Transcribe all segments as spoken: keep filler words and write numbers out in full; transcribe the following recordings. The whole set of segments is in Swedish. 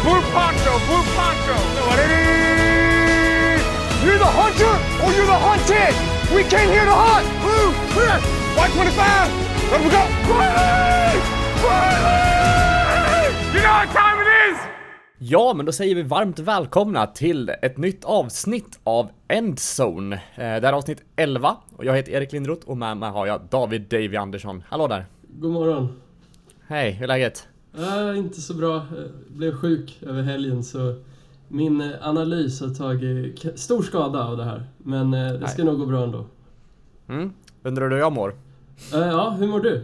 Blue poncho, blue poncho. You're the hunter or you're the hunted. We came here to hunt. Blue, clear. Y twenty-five. Let me go. Riley! Riley! You know what time it is? Ja, men då säger vi varmt välkomna till ett nytt avsnitt av Endzone. Eh, det är avsnitt elva och jag heter Erik Lindroth och med mig har jag David Davy Andersson. Hallå där. God morgon. Hej, hur är läget? Äh, inte så bra. Jag blev sjuk över helgen så min analys har tagit stor skada av det här. Men eh, det ska Nej. nog gå bra ändå. Mm. Undrar du hur jag mår? Äh, ja, hur mår du?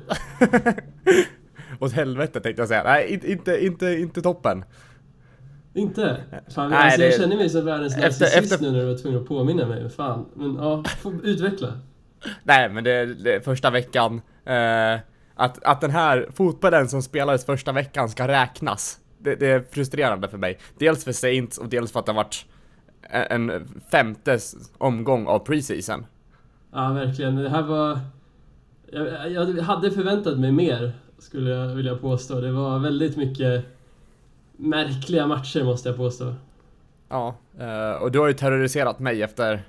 Åt helvete tänkte jag säga. Nej, inte, inte, inte, inte toppen. Inte? Fan, Nej, alltså, det... jag känner mig som världens narcissist efter... nu när du var tvungen att påminna mig. Fan, men ja, får utveckla. Nej, men det, det första veckan eh, att, att den här fotbollen som spelades första veckan ska räknas. Det, det är frustrerande för mig. Dels för Saints och dels för att det har varit en femte omgång av preseason. Ja, verkligen. Det här var... Jag, jag hade förväntat mig mer, skulle jag vilja påstå. Det var väldigt mycket märkliga matcher, måste jag påstå. Ja, och du har ju terroriserat mig efter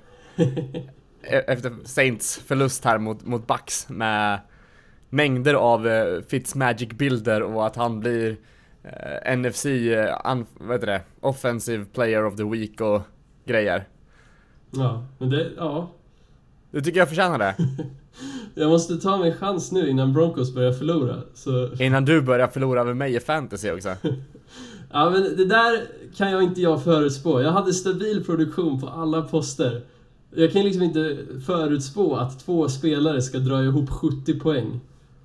efter Saints förlust här mot, mot Bucks med mängder av Fitzmagic-bilder och att han blir N F C uh, vad heter det? Offensive Player of the Week och grejer. Ja, men det, ja. Du tycker jag förtjänar det? Jag måste ta mig chans nu innan Broncos börjar förlora. Så... Innan du börjar förlora över mig i fantasy också. Ja, men det där kan jag inte jag förutspå. Jag hade stabil produktion på alla poster. Jag kan liksom inte förutspå att två spelare ska dra ihop sjuttio poäng.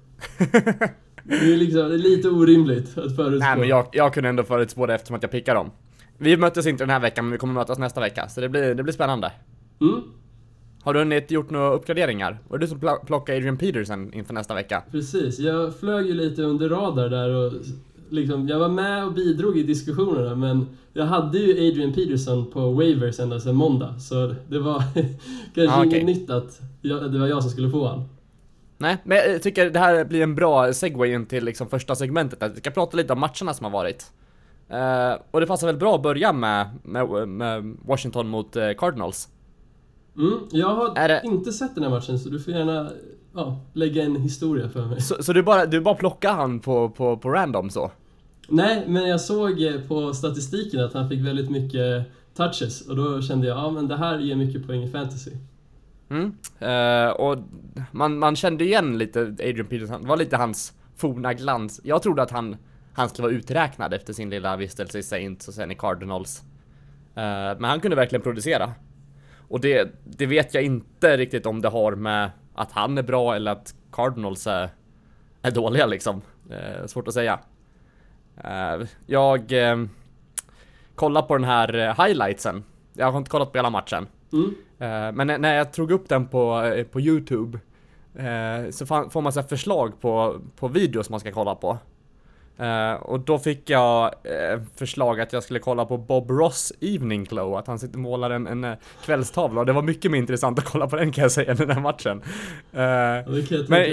Det är liksom det är lite orimligt att förutspå. Nej, men jag, jag kunde ändå förutspå det eftersom att jag pickar dem. Vi möttes inte den här veckan, men vi kommer mötas nästa vecka. Så det blir, det blir spännande. Mm. Har du hunnit gjort några uppgraderingar? Var det du som pl- plockade Adrian Peterson inför nästa vecka? Precis, jag flög ju lite under radar där och liksom, jag var med och bidrog i diskussionerna, men jag hade ju Adrian Peterson på waivers ända sedan måndag, så det var kanske ah, okay. inget nytt att jag, det var jag som skulle få han. Nej, men jag tycker det här blir en bra segway in till liksom första segmentet. Att vi ska prata lite om matcherna som har varit. Uh, och det passar väl bra att börja med, med, med Washington mot uh, Cardinals. Mm, jag har det... inte sett den här matchen, så du får gärna ja, lägga en historia för mig. Så, så du bara, du bara plockar han på, på, på random så? Nej, men jag såg på statistiken att han fick väldigt mycket touches. Och då kände jag, ja men det här ger mycket poäng i fantasy. Mm. Uh, och man, man kände igen lite Adrian Peterson. Det var lite hans forna glans. Jag trodde att han, han skulle vara uträknad efter sin lilla vistelse i Saints och sen i Cardinals. Uh, men han kunde verkligen producera. Och det, det vet jag inte riktigt om det har med att han är bra eller att Cardinals är, är dåliga liksom. Uh, svårt att säga. Uh, jag uh, kollar på den här uh, highlightsen. Jag har inte kollat på hela matchen. Mm. Uh, men när jag tog upp den på, uh, på YouTube uh, så fan, får man så här förslag på, på videos man ska kolla på. Uh, och då fick jag uh, förslag att jag skulle kolla på Bob Ross Evening Glow, att han sitter och målar en, en uh, kvällstavla, och det var mycket mer intressant att kolla på den, kan jag säga, än den här matchen. Uh, ja, det kan jag men,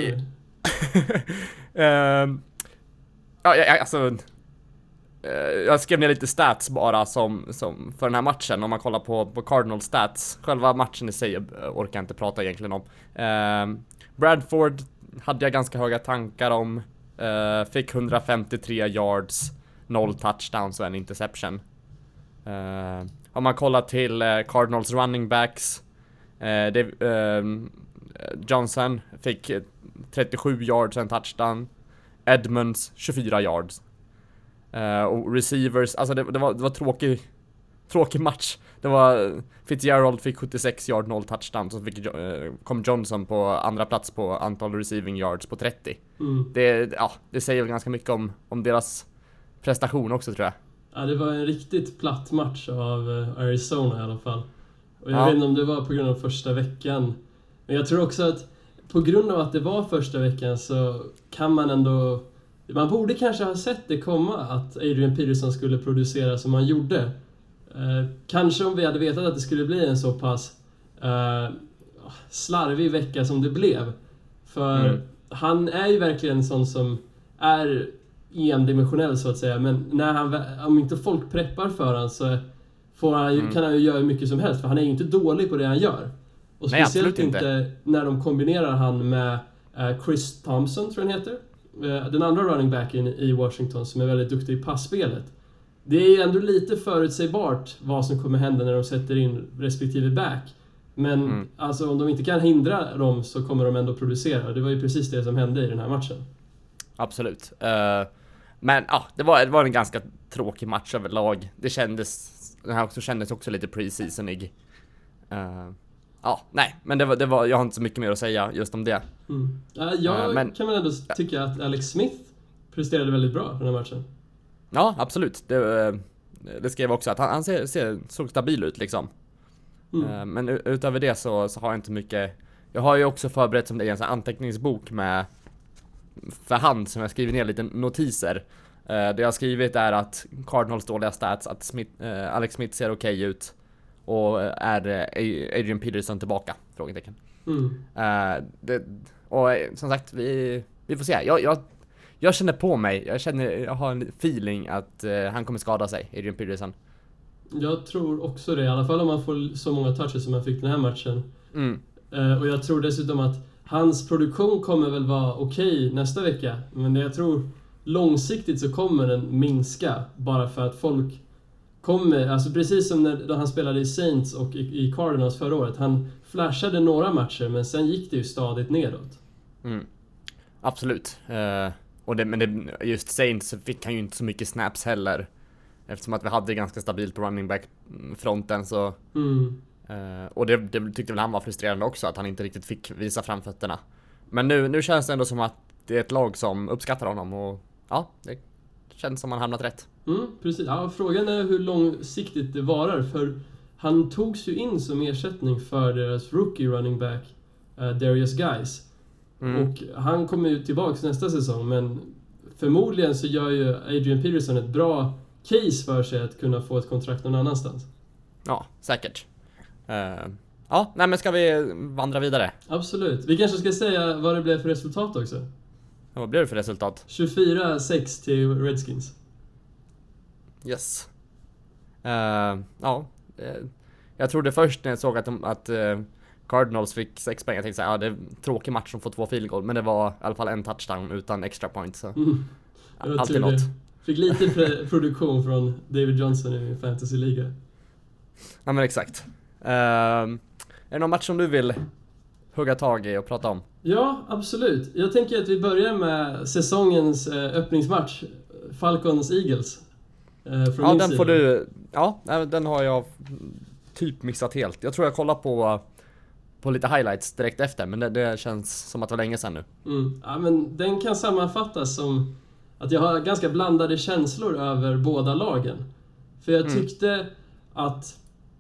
uh, ja, jag, alltså uh, jag skrev ner lite stats bara som, som för den här matchen. Om man kollar på, på Cardinal stats, själva matchen i sig orkar jag inte prata egentligen om. uh, Bradford hade jag ganska höga tankar om. Uh, fick hundrafemtiotre yards, noll touchdowns och en interception. Uh, om man kollar till uh, Cardinals running backs, uh, det, uh, Johnson fick trettiosju yards och en touchdown. Edmonds tjugofyra yards. Uh, och receivers, alltså det, det var det var tråkig tråkig match. Det var Fitzgerald fick sjuttiosex yard, noll touchdown, så fick uh, kom Johnson på andra plats på antal receiving yards på trettio. Mm. Det ja, det säger väl ganska mycket om om deras prestation också, tror jag. Ja, det var en riktigt platt match av Arizona i alla fall. Och jag ja. vet inte om det var på grund av första veckan. Men jag tror också att på grund av att det var första veckan så kan man ändå... Man borde kanske ha sett det komma att Adrian Peterson skulle producera som han gjorde. Eh, kanske om vi hade vetat att det skulle bli en så pass eh, slarvig vecka som det blev. För mm. han är ju verkligen en sån som är endimensionell så att säga, men när han, om inte folk preppar för han så får han, mm. kan han ju göra mycket som helst, för han är ju inte dålig på det han gör. Och speciellt Nej, inte. inte när de kombinerar han med uh, Chris Thompson, tror jag han heter. Uh, den andra running backen i Washington som är väldigt duktig i passspelet. Det är ju ändå lite förutsägbart vad som kommer hända när de sätter in respektive back. Men mm. alltså, om de inte kan hindra dem så kommer de ändå producera. Det var ju precis det som hände i den här matchen. Absolut. Uh, men ja, det var, det var en ganska tråkig match överlag. Det kändes, den här också kändes också lite pre-seasonig. Uh, ja, nej, men det var, det var, jag har inte så mycket mer att säga just om det. Mm. Uh, jag uh, men, kan väl ändå tycka att Alex Smith presterade väldigt bra den här matchen. Ja, absolut. Det, det skrev också att han, han ser, ser, såg stabil ut liksom. Mm. Men utöver det så, så har jag inte mycket. Jag har ju också förberett som det är en sån anteckningsbok med för hand som jag skriver ner lite notiser. Det jag har skrivit är att Cardinals dåliga stats, att Smith, Alex Smith ser okej okay ut och är Adrian Peterson tillbaka? Frågetecken. Mm. Det, och som sagt, vi, vi får se. Jag, jag Jag känner på mig, jag känner, jag har en feeling att uh, han kommer skada sig, Adrian Peterson. Jag tror också det, i alla fall om man får så många touches som han fick den här matchen. Mm. Uh, och jag tror dessutom att hans produktion kommer väl vara okej okay nästa vecka. Men jag tror långsiktigt så kommer den minska, bara för att folk kommer, alltså precis som när, när han spelade i Saints och i, i Cardinals förra året. Han flashade några matcher, men sen gick det ju stadigt nedåt. Mm. Absolut. Uh... Och det, men det, just Saints fick han ju inte så mycket snaps heller. Eftersom att vi hade ganska stabilt på running back fronten så. Mm. Uh, och det, det tyckte väl han var frustrerande också, att han inte riktigt fick visa framfötterna. Men nu, nu känns det ändå som att det är ett lag som uppskattar honom. Och ja, det känns som han hamnat rätt. Mm, precis. Ja, frågan är hur långsiktigt det varar. För han togs ju in som ersättning för deras rookie running back uh, Darius Guice. Mm. Och han kommer ju tillbaka nästa säsong, men förmodligen så gör ju Adrian Peterson ett bra case för sig att kunna få ett kontrakt någon annanstans. Ja, säkert. Uh, ja, nej men ska vi vandra vidare? Absolut. Vi kanske ska säga vad det blev för resultat också. Ja, vad blev det för resultat? tjugofyra sex till Redskins. Yes. Uh, ja, uh, jag trodde först när jag såg att, de, att uh, Cardinals fick sex poäng. Jag tänkte såhär, ja det är en tråkig match som får två field goal, men det var i alla fall en touchdown utan extra points. Så. Mm. Ja, alltid något. Fick lite pre- produktion från David Johnson i fantasy-liga. Ja men exakt. Uh, är det någon match som du vill hugga tag i och prata om? Ja, absolut. Jag tänker att vi börjar med säsongens uh, öppningsmatch. Falcons-Eagles. Uh, från ja, den sida. får du... Ja, den har jag typ missat helt. Jag tror jag kollar på... på lite highlights direkt efter, men det, det känns som att det var länge sedan nu. Mm. Ja, men den kan sammanfattas som att jag har ganska blandade känslor över båda lagen. För jag tyckte mm. att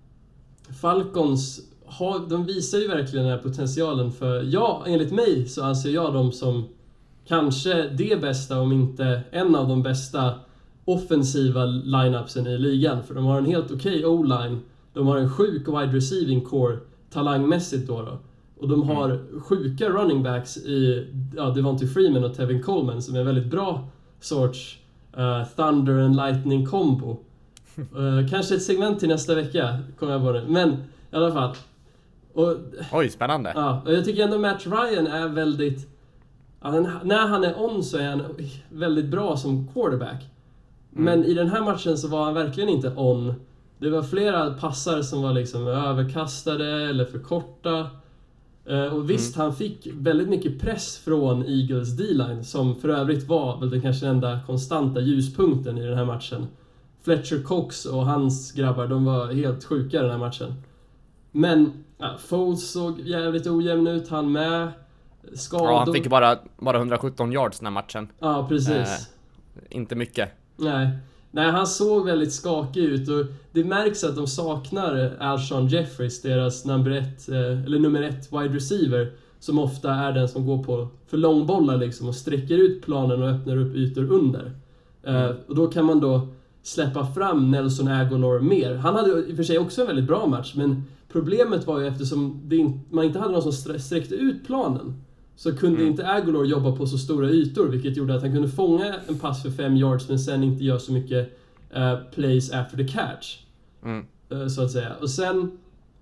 Falcons har, de visar ju verkligen den här potentialen, för ja, enligt mig så anser jag dem som kanske det bästa, om inte en av de bästa offensiva lineupsen i ligan. För de har en helt okej O-line, de har en sjuk wide receiving core talangmässigt då, då. Och de har mm. sjuka running backs i ja, Devontae Freeman och Tevin Coleman som är en väldigt bra sorts uh, Thunder and Lightning combo. Uh, kanske ett segment till nästa vecka, kommer jag på det. Men i alla fall. Och, Oj, spännande. Ja, och jag tycker ändå Matt Ryan är väldigt... Ja, när han är on så är han väldigt bra som quarterback. Mm. Men i den här matchen så var han verkligen inte on. Det var flera passar som var liksom överkastade eller för korta. Och visst, mm. han fick väldigt mycket press från Eagles D-line, som för övrigt var väl den kanske enda konstanta ljuspunkten i den här matchen. Fletcher Cox och hans grabbar, de var helt sjuka den här matchen. Men ja, Foles såg jävligt ojämn ut, han med. Skador. Ja, han fick bara, bara hundrasjutton yards den här matchen. Ja, precis. Eh, inte mycket. Nej. Nej, han såg väldigt skakig ut, och det märks att de saknar Alshon Jeffries, deras nummer ett, eller nummer ett wide receiver, som ofta är den som går på för långbollar liksom och sträcker ut planen och öppnar upp ytor under. Mm. Uh, och då kan man då släppa fram Nelson Agholor mer. Han hade i och för sig också en väldigt bra match, men problemet var ju eftersom det in, man inte hade någon som sträckte ut planen, så kunde Mm. inte Aguilar jobba på så stora ytor, vilket gjorde att han kunde fånga en pass för fem yards men sen inte göra så mycket uh, plays after the catch. Mm. Uh, så att säga. Och sen,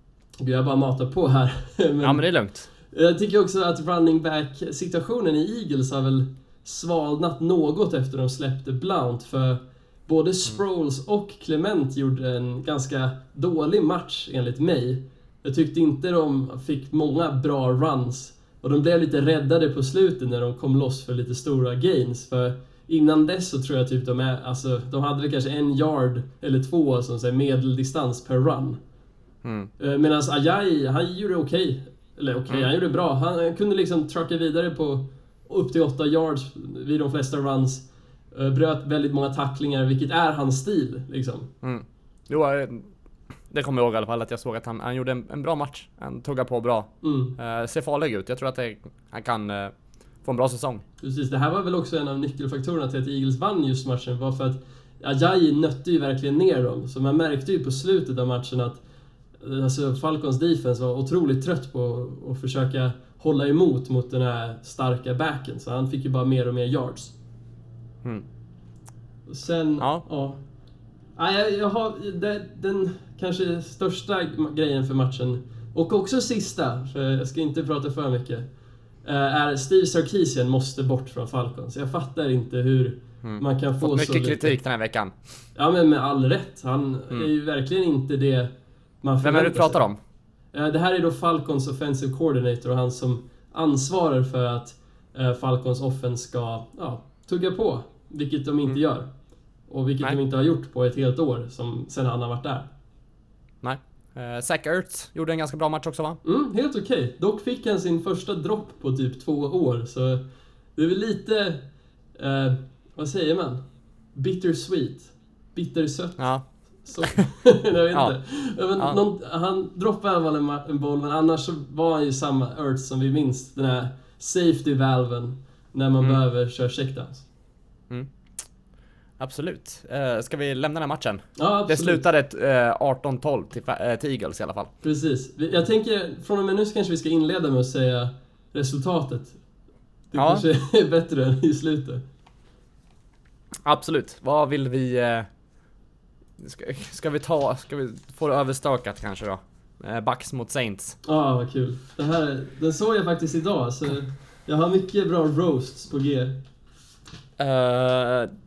jag bara matar på här. men, Ja, men det är lugnt. Jag tycker också att running back-situationen i Eagles har väl svalnat något efter de släppte Blount, för både Sproles och Clement gjorde en ganska dålig match enligt mig. Jag tyckte inte de fick många bra runs och de blev lite räddade på slutet när de kom loss för lite stora gains, för innan dess så tror jag typ de är, alltså de hade väl kanske en yard eller två som säger medeldistans per run. Mm. Medan Ajayi, han gjorde okej. Okay. Eller okej, okay, mm. han gjorde bra. Han kunde liksom trucka vidare på upp till åtta yards vid de flesta runs. Bröt väldigt många tacklingar, vilket är hans stil liksom. Mm. Jo, det kommer jag ihåg i alla fall, att jag såg att han, han gjorde en, en bra match. Han tuggar på bra. Mm. Uh, ser farlig ut. Jag tror att det, han kan uh, få en bra säsong. Precis, det här var väl också en av nyckelfaktorerna till att Eagles vann just matchen, var för att Ajayi nötte ju verkligen ner dem. Så man märkte ju på slutet av matchen att alltså, Falcons defense var otroligt trött på att försöka hålla emot mot den här starka backen. Så han fick ju bara mer och mer yards. Mm. Och sen, ja. ja. ja jag, jag har det, den kanske största grejen för matchen, och också sista, för jag ska inte prata för mycket, är Steve Sarkisian måste bort från Falcons. Jag fattar inte hur mm. man kan få Fått så mycket lite kritik den här veckan. Ja, men med all rätt. Han mm. är ju verkligen inte det man Vem är det du pratar om? Det här är då Falcons offensive coordinator och han som ansvarar för att Falcons offense ska ja, tugga på, vilket de inte mm. gör. Och vilket Nej. de inte har gjort på ett helt år som sen han har varit där. Nej. Uh, Zach Ertz gjorde en ganska bra match också, va? Mm, helt okej. Okay. Dock fick han sin första dropp på typ två år, så det är väl lite uh, vad säger man? Bittersweet. Bittersött. Ja. Så, jag vet ja. inte. Men ja. någon, han droppade i alla fall en, en boll, men annars så var han ju samma Ertz som vi minns. Den här safety valven när man mm. behöver köra checkdowns. Mm. Absolut. Uh, ska vi lämna den här matchen? Ja, absolut. Det slutade ett uh, arton tolv till, uh, till Eagles i alla fall. Precis. Jag tänker, från och med nu så kanske vi ska inleda med att säga resultatet. Det ja. kanske är bättre än i slutet. Absolut. Vad vill vi... Uh, ska, ska vi ta... Ska vi få det överstökat kanske då? Uh, Bucks mot Saints. Ja, ah, vad kul. Det här, den såg jag faktiskt idag, så jag har mycket bra roasts på G. Uh,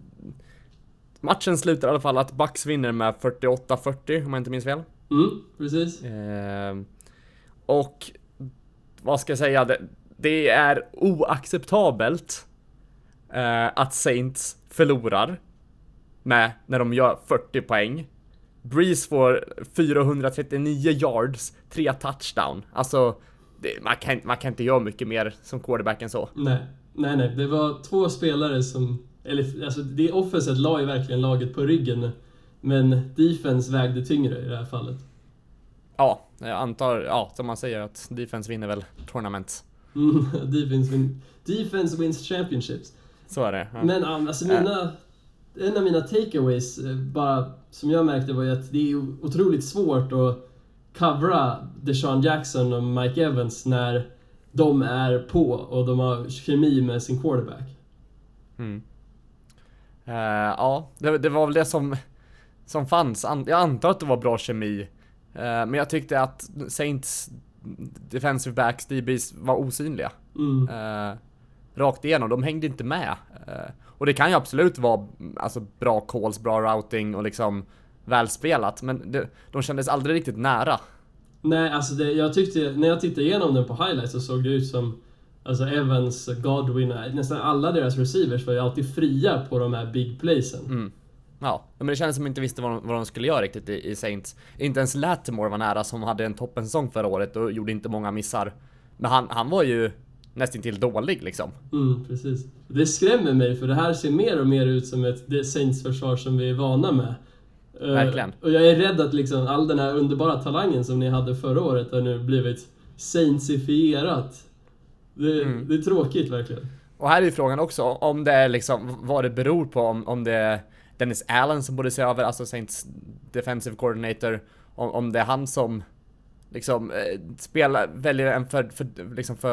matchen slutar i alla fall att Bucks vinner med fyrtioåtta fyrtio, om jag inte minns fel. Mm, precis. Uh, och vad ska jag säga? Det, det är oacceptabelt uh, att Saints förlorar med när de gör fyrtio poäng. Breeze får fyrahundratrettionio yards, tre touchdown. Alltså, det, man, kan, man kan inte göra mycket mer som quarterback än så. Nej, nej, nej. Det var två spelare som... Eller, alltså, det offenset la ju verkligen laget på ryggen. Men defense vägde tyngre i det här fallet. Ja, jag antar, ja, som man säger, att defense vinner väl tournament. Mm, defense, win, defense wins championships. Så är det. Ja. Men alltså mina... Äh. En av mina takeaways, bara som jag märkte, var ju att det är otroligt svårt att covera DeSean Jackson och Mike Evans när de är på och de har kemi med sin quarterback. Mm. Uh, ja, det, det var väl det som, som fanns. Jag antar att det var bra kemi. Uh, men jag tyckte att Saints defensive backs, D Bs, var osynliga. Mm. Uh, rakt igenom, de hängde inte med. Uh, och det kan ju absolut vara alltså, bra calls, bra routing och liksom välspelat. Men det, de kändes aldrig riktigt nära. Nej, alltså det, jag tyckte, när jag tittade igenom den på highlights så såg det ut som alltså Evans, Godwin, nästan alla deras receivers var ju alltid fria på de här big playsen. Mm. Ja, men det kändes som de inte visste vad de, vad de skulle göra riktigt i, i Saints. Inte ens Lattimore var nära, som hade en toppensäsong förra året och gjorde inte många missar. Men han, han var ju nästan till dålig liksom. Mm, precis. Det skrämmer mig, för det här ser mer och mer ut som ett Saints-försvar som vi är vana med. Verkligen. Uh, och jag är rädd att liksom all den här underbara talangen som ni hade förra året har nu blivit saintsifierat. Det, mm. det är tråkigt verkligen. Och här är ju frågan också om det är liksom vad det beror på, om, om det är Dennis Allen som borde se över, alltså Saints defensive coordinator, om, om det är han som liksom eh, spelar, väljer en för, för, liksom för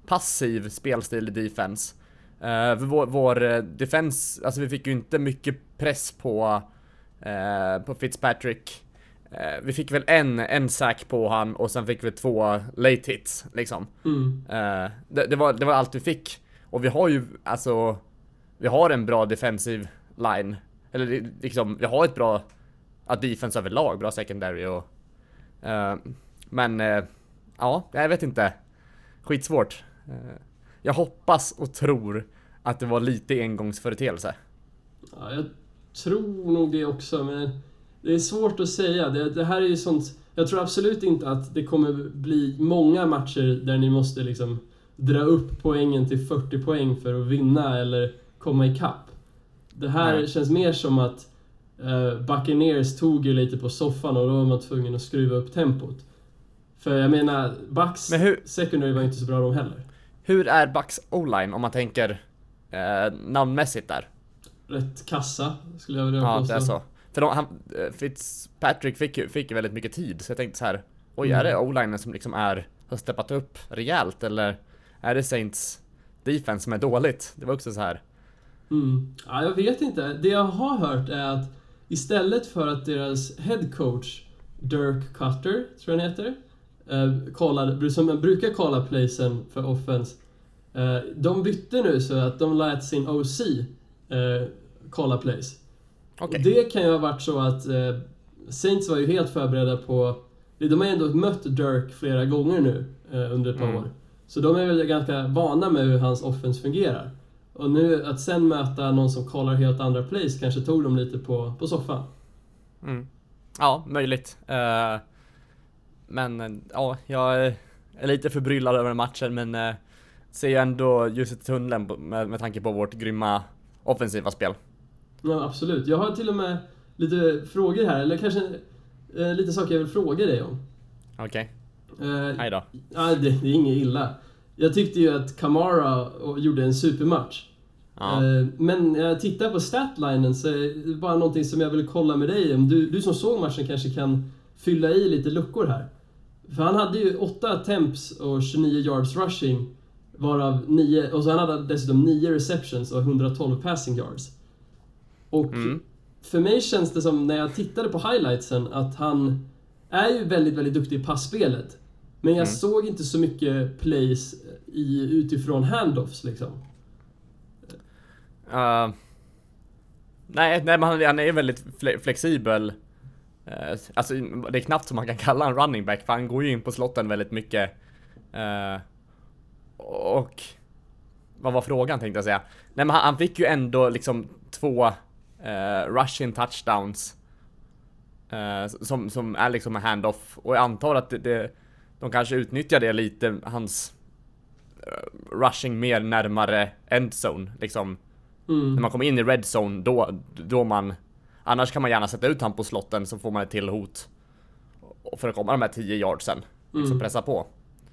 passiv spelstil i defense. Uh, vår, vår defense, alltså vi fick ju inte mycket press på uh, på Fitzpatrick. Uh, vi fick väl en, en sack på han och sen fick vi två late hits liksom. Mm. Uh, det, det, var, det var allt vi fick. Och vi har ju, alltså vi har en bra defensiv line. Eller liksom, vi har ett bra uh, defense överlag, bra secondary och uh, men uh, ja, jag vet inte. Skitsvårt. Uh, jag hoppas och tror att det var lite engångsföreteelse. Ja, jag tror nog det också, men det är svårt att säga. Det, det här är ju sånt. Jag tror absolut inte att det kommer bli många matcher där ni måste liksom dra upp poängen till fyrtio poäng för att vinna eller komma ikapp. Det här Nej. känns mer som att uh, Buccaneers tog ju lite på soffan och då var man tvungen att skruva upp tempot. För jag menar, Bucks men hur, secondary var inte så bra de heller. Hur är Bucks O-line om man tänker uh, namnmässigt där? Rätt kassa skulle jag vilja ja, påstå. Ja, det är så. För de, han, Fitzpatrick fick ju fick väldigt mycket tid, så jag tänkte så här, oj, mm. är det O-linen som liksom är, har steppat upp rejält, eller är det Saints defense som är dåligt? Det var också så här. Mm. Ja, jag vet inte. Det jag har hört är att istället för att deras head coach Dirk Cutter, tror jag han heter, eh, kallade, som brukar kalla placen för offense, eh, de bytte nu så att de lät sin O C eh, kalla place. Okay. Och det kan ju ha varit så att eh, Saints var ju helt förberedda på, de har ändå mött Dirk flera gånger nu eh, under ett par mm. år. Så de är väl ganska vana med hur hans offense fungerar. Och nu att sen möta någon som kallar helt andra plays kanske tog dem lite på, på soffan. Mm. Ja, möjligt. Uh, men ja, jag är lite förbryllad över matchen, men uh, ser ju ändå ljuset i tunneln med, med tanke på vårt grymma offensiva spel. Ja, absolut. Jag har till och med lite frågor här, eller kanske uh, lite saker jag vill fråga dig om. Okej. Okay. Uh, Hej då. Ja, det, det är inget illa. Jag tyckte ju att Kamara gjorde en supermatch. Ja. Men när jag tittar på statlinen så är det bara någonting som jag vill kolla med dig. Om du, du som såg matchen kanske kan fylla i lite luckor här. För han hade ju åtta attempts och tjugonio yards rushing, varav nio, och så han hade dessutom nio receptions och hundratolv passing yards. Och mm. för mig känns det som, när jag tittade på highlightsen, att han är ju väldigt, väldigt duktig i passspelet. Men jag mm. såg inte så mycket plays i, utifrån handoffs liksom. Uh, nej, nej, men han, han är väldigt fle- flexibel. Uh, alltså det är knappt som man kan kalla en running back, för han går ju in på slotten väldigt mycket. Uh, och vad var frågan, tänkte jag säga. Nej, men han, han fick ju ändå liksom två uh, rushing touchdowns uh, som, som är liksom en handoff. Och jag antar att det, det, de kanske utnyttjar det lite, hans uh, rushing mer närmare endzone liksom. Mm. När man kommer in i red zone, då, då man, annars kan man gärna sätta ut han på slotten, så får man ett till hot och för att komma de här tio yardsen liksom mm. pressa på.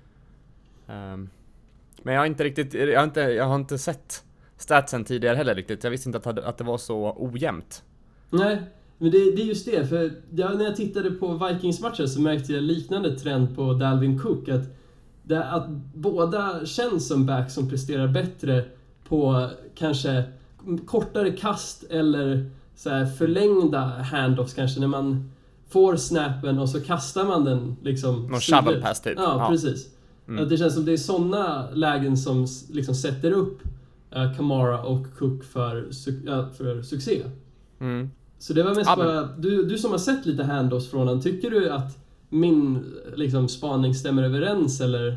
um, Men jag har inte riktigt jag har inte, jag har inte sett statsen tidigare heller riktigt. Jag visste inte att, att det var så ojämnt. Nej, men det, det är just det. För jag, när jag tittade på Vikings-matcher så märkte jag liknande trend på Dalvin Cook, att, det, att båda känns som back som presterar bättre på kanske kortare kast eller så här förlängda handoffs, kanske när man får snappen och så kastar man den liksom. Någon shovel pass typ. Ja, ja. Precis. Mm. Att det känns som det är såna lägen som liksom sätter upp uh, Kamara och Cook för, uh, för succé. Mm. Så det var mest ja, bara, du, du som har sett lite handoffs från den, tycker du att min liksom spaning stämmer överens eller?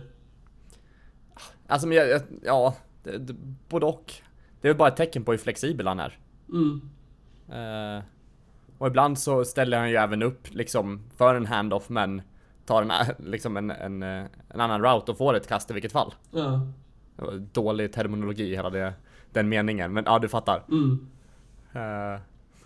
Alltså men jag, ja, det, det, både och. Det är bara ett tecken på hur flexibel han är. Mm. Uh, och ibland så ställer han ju även upp liksom för en handoff, men tar en, liksom en, en, en annan route och får ett kast i vilket fall. Ja. Dålig terminologi i hela det, den meningen, men ja, du fattar. Mm. Uh,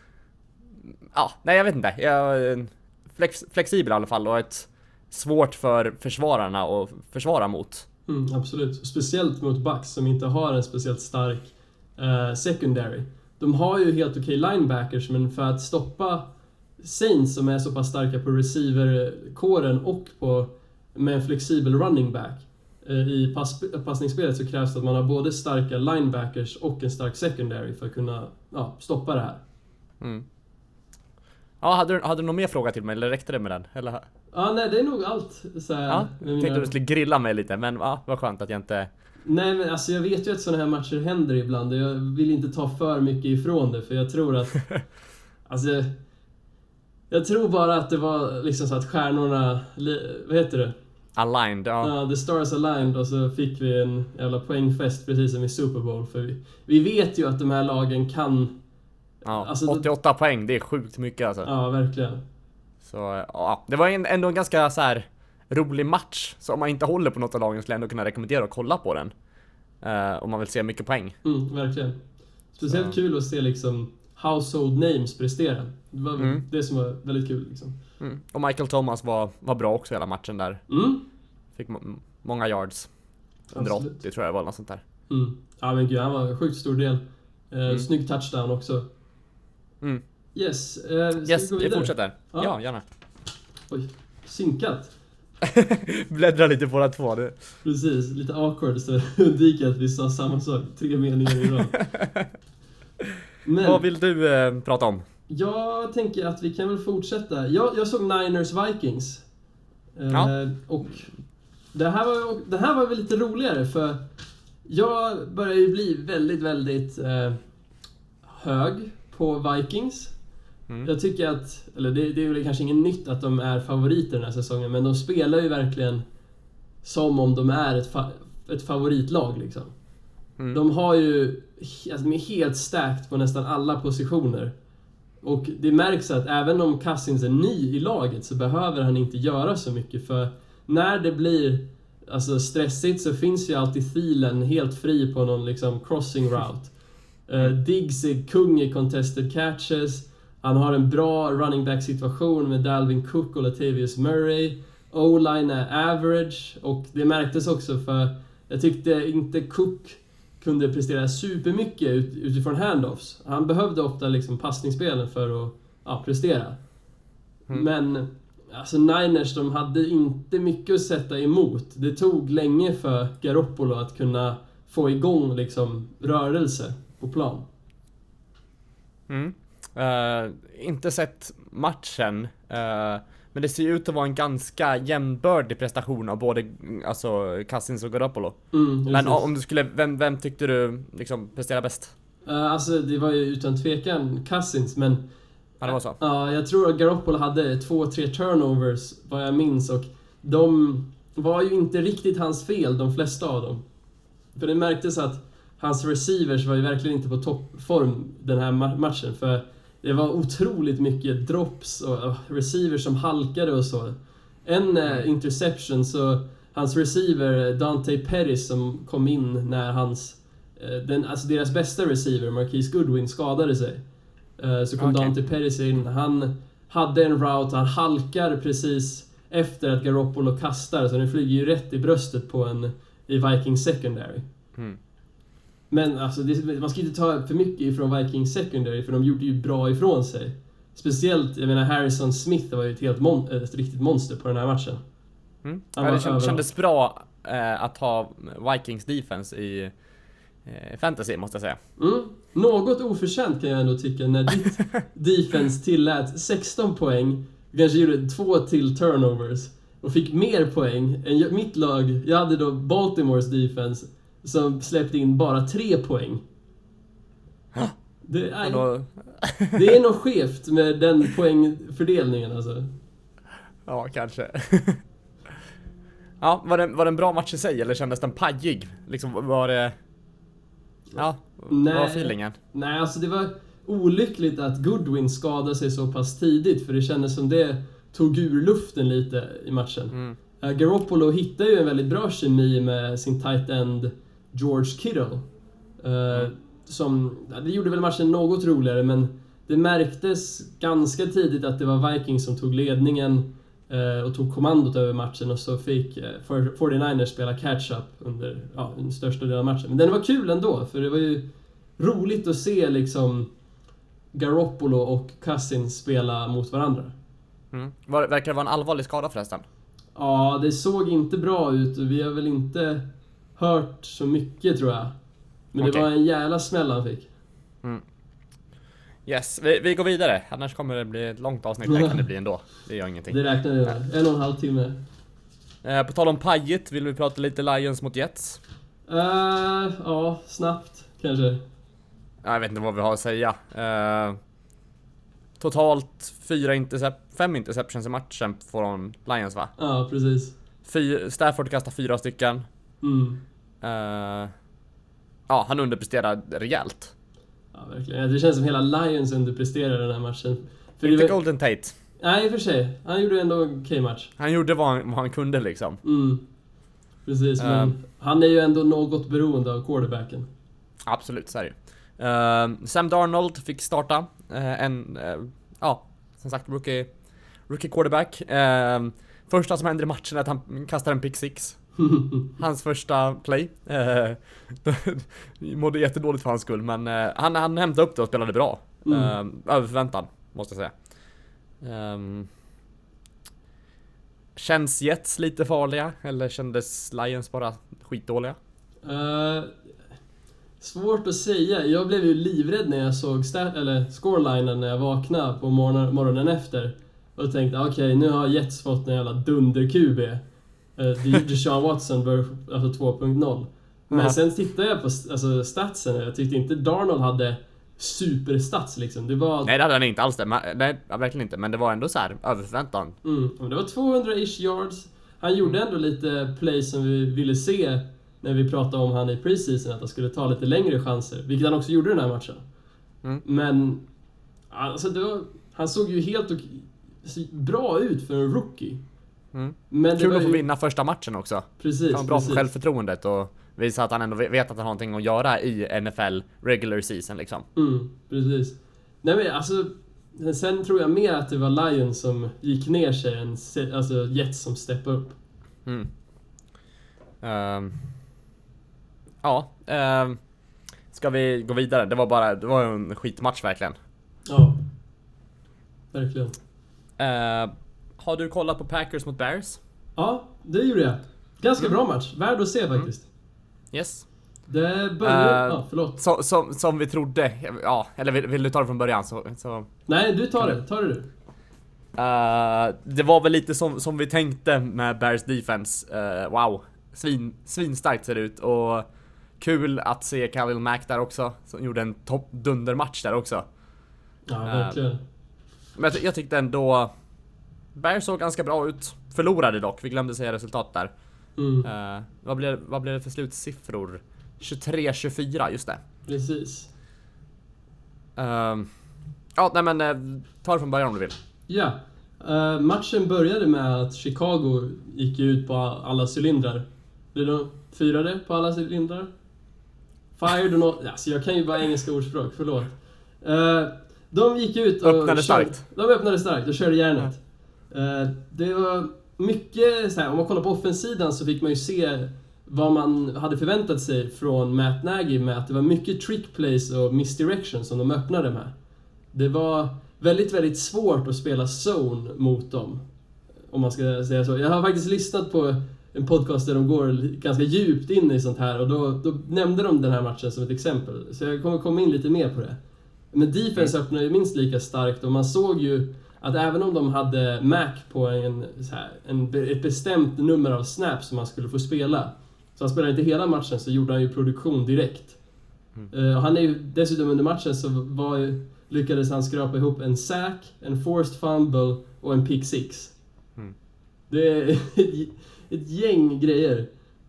ja, nej jag vet inte. Jag, flex, flexibel i alla fall, och ett svårt för försvararna att försvara mot. Mm, absolut. Speciellt mot Bucks som inte har en speciellt stark uh, secondary. De har ju helt okej linebackers, men för att stoppa Saints som är så pass starka på receiver-kåren och på, med en flexibel running back, i pass, passningsspelet så krävs det att man har både starka linebackers och en stark secondary för att kunna ja, stoppa det här. Mm. Ja, hade du, hade du någon mer fråga till mig eller räckte det med den? Eller? Ja, nej, det är nog allt. Så här, ja, jag tänkte mina... att du skulle grilla mig lite, men ja, vad skönt att jag inte... Nej, men alltså jag vet ju att sådana här matcher händer ibland och jag vill inte ta för mycket ifrån det, för jag tror att... alltså... Jag tror bara att det var liksom så att stjärnorna... Vad heter det? Aligned, ja. Ja, the stars aligned, och så fick vi en jävla poängfest precis som i Super Bowl. För vi, vi vet ju att de här lagen kan... Ja, alltså, åttioåtta det, poäng, det är sjukt mycket alltså. Ja, verkligen. Så ja, det var en, ändå en ganska så här rolig match. Så om man inte håller på något av lagen skulle jag ändå kunna rekommendera att kolla på den. Uh, om man vill se mycket poäng. Mm, verkligen. Speciellt så. Kul att se liksom household names prestera. Det var mm. det som var väldigt kul liksom. Mm. Och Michael Thomas var, var bra också hela matchen där. Mm. Fick må- många yards. hundraåttio tror jag var något sånt där. Mm. Ja men gud, han var en sjukt stor del. Eh, mm. Snygg touchdown också. Mm. Yes, eh, yes vi, vi fortsätter. Ja. ja, gärna. Oj, synkat. Bläddra lite på båda två. Det. Precis, lite awkward så undvika att vi sa samma sak. Tre meningar i rad. Men vad vill du eh, prata om? Jag tänker att vi kan väl fortsätta. Jag, jag såg Niners Vikings. Eh, ja. Och det här, var, det här var väl lite roligare för jag börjar ju bli väldigt, väldigt eh, hög på Vikings. Mm. Jag tycker att, eller det, det är väl kanske ingen nytt att de är favoriter den här säsongen, men de spelar ju verkligen som om de är ett, fa- ett favoritlag liksom. Mm. De har ju, alltså de är helt stacked på nästan alla positioner. Och det märks att även om Cousins är ny i laget så behöver han inte göra så mycket, för när det blir alltså stressigt så finns ju alltid Thielen helt fri på någon liksom crossing route. Uh, Diggs är kung i contested catches. Han har en bra running back situation med Dalvin Cook och Latavius Murray. O-line är average, och det märktes också för jag tyckte inte Cook kunde prestera supermycket ut, utifrån handoffs. Han behövde ofta liksom passningsspelen för att ja, prestera. Mm. Men alltså Niners, de hade inte mycket att sätta emot. Det tog länge för Garoppolo att kunna få igång liksom rörelse på plan. Mm. Uh, inte sett matchen, uh, men det ser ju ut att vara en ganska jämnbördig prestation av både alltså Cousins och Garoppolo. Mm, men om du skulle, vem, vem tyckte du liksom presterade bäst? Uh, alltså det var ju utan tvekan Cousins, men ja, det var så. Ja, uh, jag tror att Garoppolo hade två, tre turnovers vad jag minns, och de var ju inte riktigt hans fel, de flesta av dem. För det märktes att hans receivers var ju verkligen inte på toppform den här matchen, för det var otroligt mycket drops och receivers som halkade och så. En uh, interception, så hans receiver Dante Pettis som kom in när hans uh, den, alltså deras bästa receiver Marquise Goodwin skadade sig. Uh, så kom okay. Dante Pettis in. Han hade en route, han halkar precis efter att Garoppolo kastar, så den flyger ju rätt i bröstet på en i Vikings secondary. Mm. Men alltså, det, man ska inte ta för mycket ifrån Vikings secondary, för de gjorde ju bra ifrån sig. Speciellt, jag menar, Harrison Smith var ju ett, helt mon- ett riktigt monster på den här matchen. Mm. Ja, det känd, kändes bra eh, att ha Vikings defense i eh, fantasy, måste jag säga. Mm. Något oförtjänt kan jag ändå tycka, när ditt defense tillät sexton poäng, kanske gjorde två till turnovers och fick mer poäng än mitt lag. Jag hade då Baltimores defense som släppte in bara tre poäng. Det är, då... det är nog skevt med den poängfördelningen alltså. Ja, kanske. Ja, var det, var det en bra match i sig, eller kändes den pajig? Liksom, var det... Ja, nej, vad var feelingen? Nej, alltså det var olyckligt att Goodwin skadade sig så pass tidigt, för det kändes som det tog ur luften lite i matchen. Mm. Uh, Garoppolo hittade ju en väldigt bra kemi med sin tight end George Kittle. Uh, mm. Som, det gjorde väl matchen något roligare, men det märktes ganska tidigt att det var Vikings som tog ledningen uh, och tog kommandot över matchen, och så fick uh, fyrtionioers spela catch-up under ja, den största delen av matchen. Men den var kul ändå, för det var ju roligt att se liksom Garoppolo och Cousins spela mot varandra. Mm. Var, verkar det vara en allvarlig skada förresten? Ja, det såg inte bra ut och vi har väl inte hört så mycket tror jag. Men det Okej. var en jävla smäll han fick. Yes, vi, vi går vidare. Annars kommer det bli ett långt avsnitt. Det kan det bli ändå. Det gör ingenting. Det räknar jag med. En och en halv timme. Eh, på tal om pajigt vill vi prata lite Lions mot Jets. Uh, ja, snabbt kanske. Ja, jag vet inte vad vi har att säga. Eh, totalt fyra intercep- fem interceptions i matchen från Lions, va? Ja, precis. Fy- Stafford kastar fyra stycken. Mm. Eh, ja, han underpresterar rejält. Ja, verkligen. Det känns som hela Lions underpresterar den här matchen. För Inte det var... Golden Tate. Nej, i och för sig. Han gjorde ändå en okej match. Han gjorde vad han, vad han kunde liksom. Mm. Precis, men Um. han är ju ändå något beroende av quarterbacken. Absolut, så är det ju. Eh, Sam Darnold fick starta. Eh, en, eh, ja, som sagt, rookie, rookie quarterback. Eh, första som händer i matchen är att han kastar en pick six. Hans första play. Eh, mådde jättedåligt för hans skull, men eh, han, han hämtade upp det och spelade bra. Mm. Eh, över förväntan, måste jag säga. Eh, känns Jets lite farliga? Eller kändes Lions bara skitdåliga? Uh, svårt att säga. Jag blev ju livrädd när jag såg sta- eller scorelinen när jag vaknade på morgon- morgonen efter. Och tänkte, okej, okay, nu har Jets fått en jävla dunder-Q B. Uh, Deshaun Watson bör, alltså två punkt noll. Men Aha. sen tittade jag på alltså, statsen och jag tyckte inte Darnold hade superstats liksom. Det var... Nej, det hade han inte alls det. Men, nej, verkligen inte. Men det var ändå så här över förväntan. Mm, men det var tvåhundra-ish yards. Han gjorde ändå lite play som vi ville se när vi pratade om han i preseason, att han skulle ta lite längre chanser, vilket han också gjorde den här matchen. Mm. Men alltså det var, han såg ju helt och, bra ut för en rookie. Mm. Men det Kul var att få ju, vinna första matchen också. precis, Det var bra precis. för självförtroendet och visa att han ändå vet att han har någonting att göra i N F L regular season liksom. Mm, precis. Nej men alltså, sen tror jag mer att det var Lions som gick ner sig än se- alltså Jets som steppade upp. Mm. Um, ja, um, ska vi gå vidare? Det var bara, det var en skitmatch verkligen. Ja, verkligen. Uh, har du kollat på Packers mot Bears? Ja, det gjorde jag. Ganska bra match. Värd att se faktiskt. Yes. Det började... Uh, ja, förlåt. Så, som, som vi trodde, ja, eller vill, vill du ta det från början så... så. Nej, du tar det. Tar det du. Uh, det var väl lite som, som vi tänkte med Bears defense. Uh, wow, Svin, svinstarkt ser det ut. Och kul att se Khalil Mack där också, som gjorde en topp dundermatch där också. Ja, verkligen. Men jag, jag tyckte ändå Bears såg ganska bra ut. Förlorade dock, vi glömde säga resultat där. Mm, uh, vad, blev, vad blev det för slutsiffror? tjugotre tjugofyra, just det. precis. Uh, ja, nej men uh, ta det från början om du vill. Ja. Uh, matchen började med att Chicago gick ut på alla cylindrar. Blir de fyrade på alla cylindrar? Fired och något... Alltså jag kan ju bara engelska ordspråk, förlåt. Uh, de gick ut och... Öppnade körde, starkt. De öppnade starkt och körde järnet. Uh, det var mycket så här, om man kollar på offensidan så fick man ju se vad man hade förväntat sig från Matt Nagy, med att det var mycket trick plays och misdirection som de öppnade med. Det var väldigt, väldigt svårt att spela zone mot dem, om man ska säga så. Jag har faktiskt lyssnat på en podcast där de går ganska djupt in i sånt här, och då, då nämnde de den här matchen som ett exempel. Så jag kommer komma in lite mer på det. Men defense öppnade ju minst lika starkt, och man såg ju att även om de hade Mac på en, så här, en, ett bestämt nummer av snaps som man skulle få spela, så han spelade inte hela matchen, så gjorde han ju produktion direkt. Mm. Uh, han är ju dessutom under matchen så var ju, lyckades han skrapa ihop en sack, en forced fumble och en pick six. Mm. Det är ett, ett gäng grejer.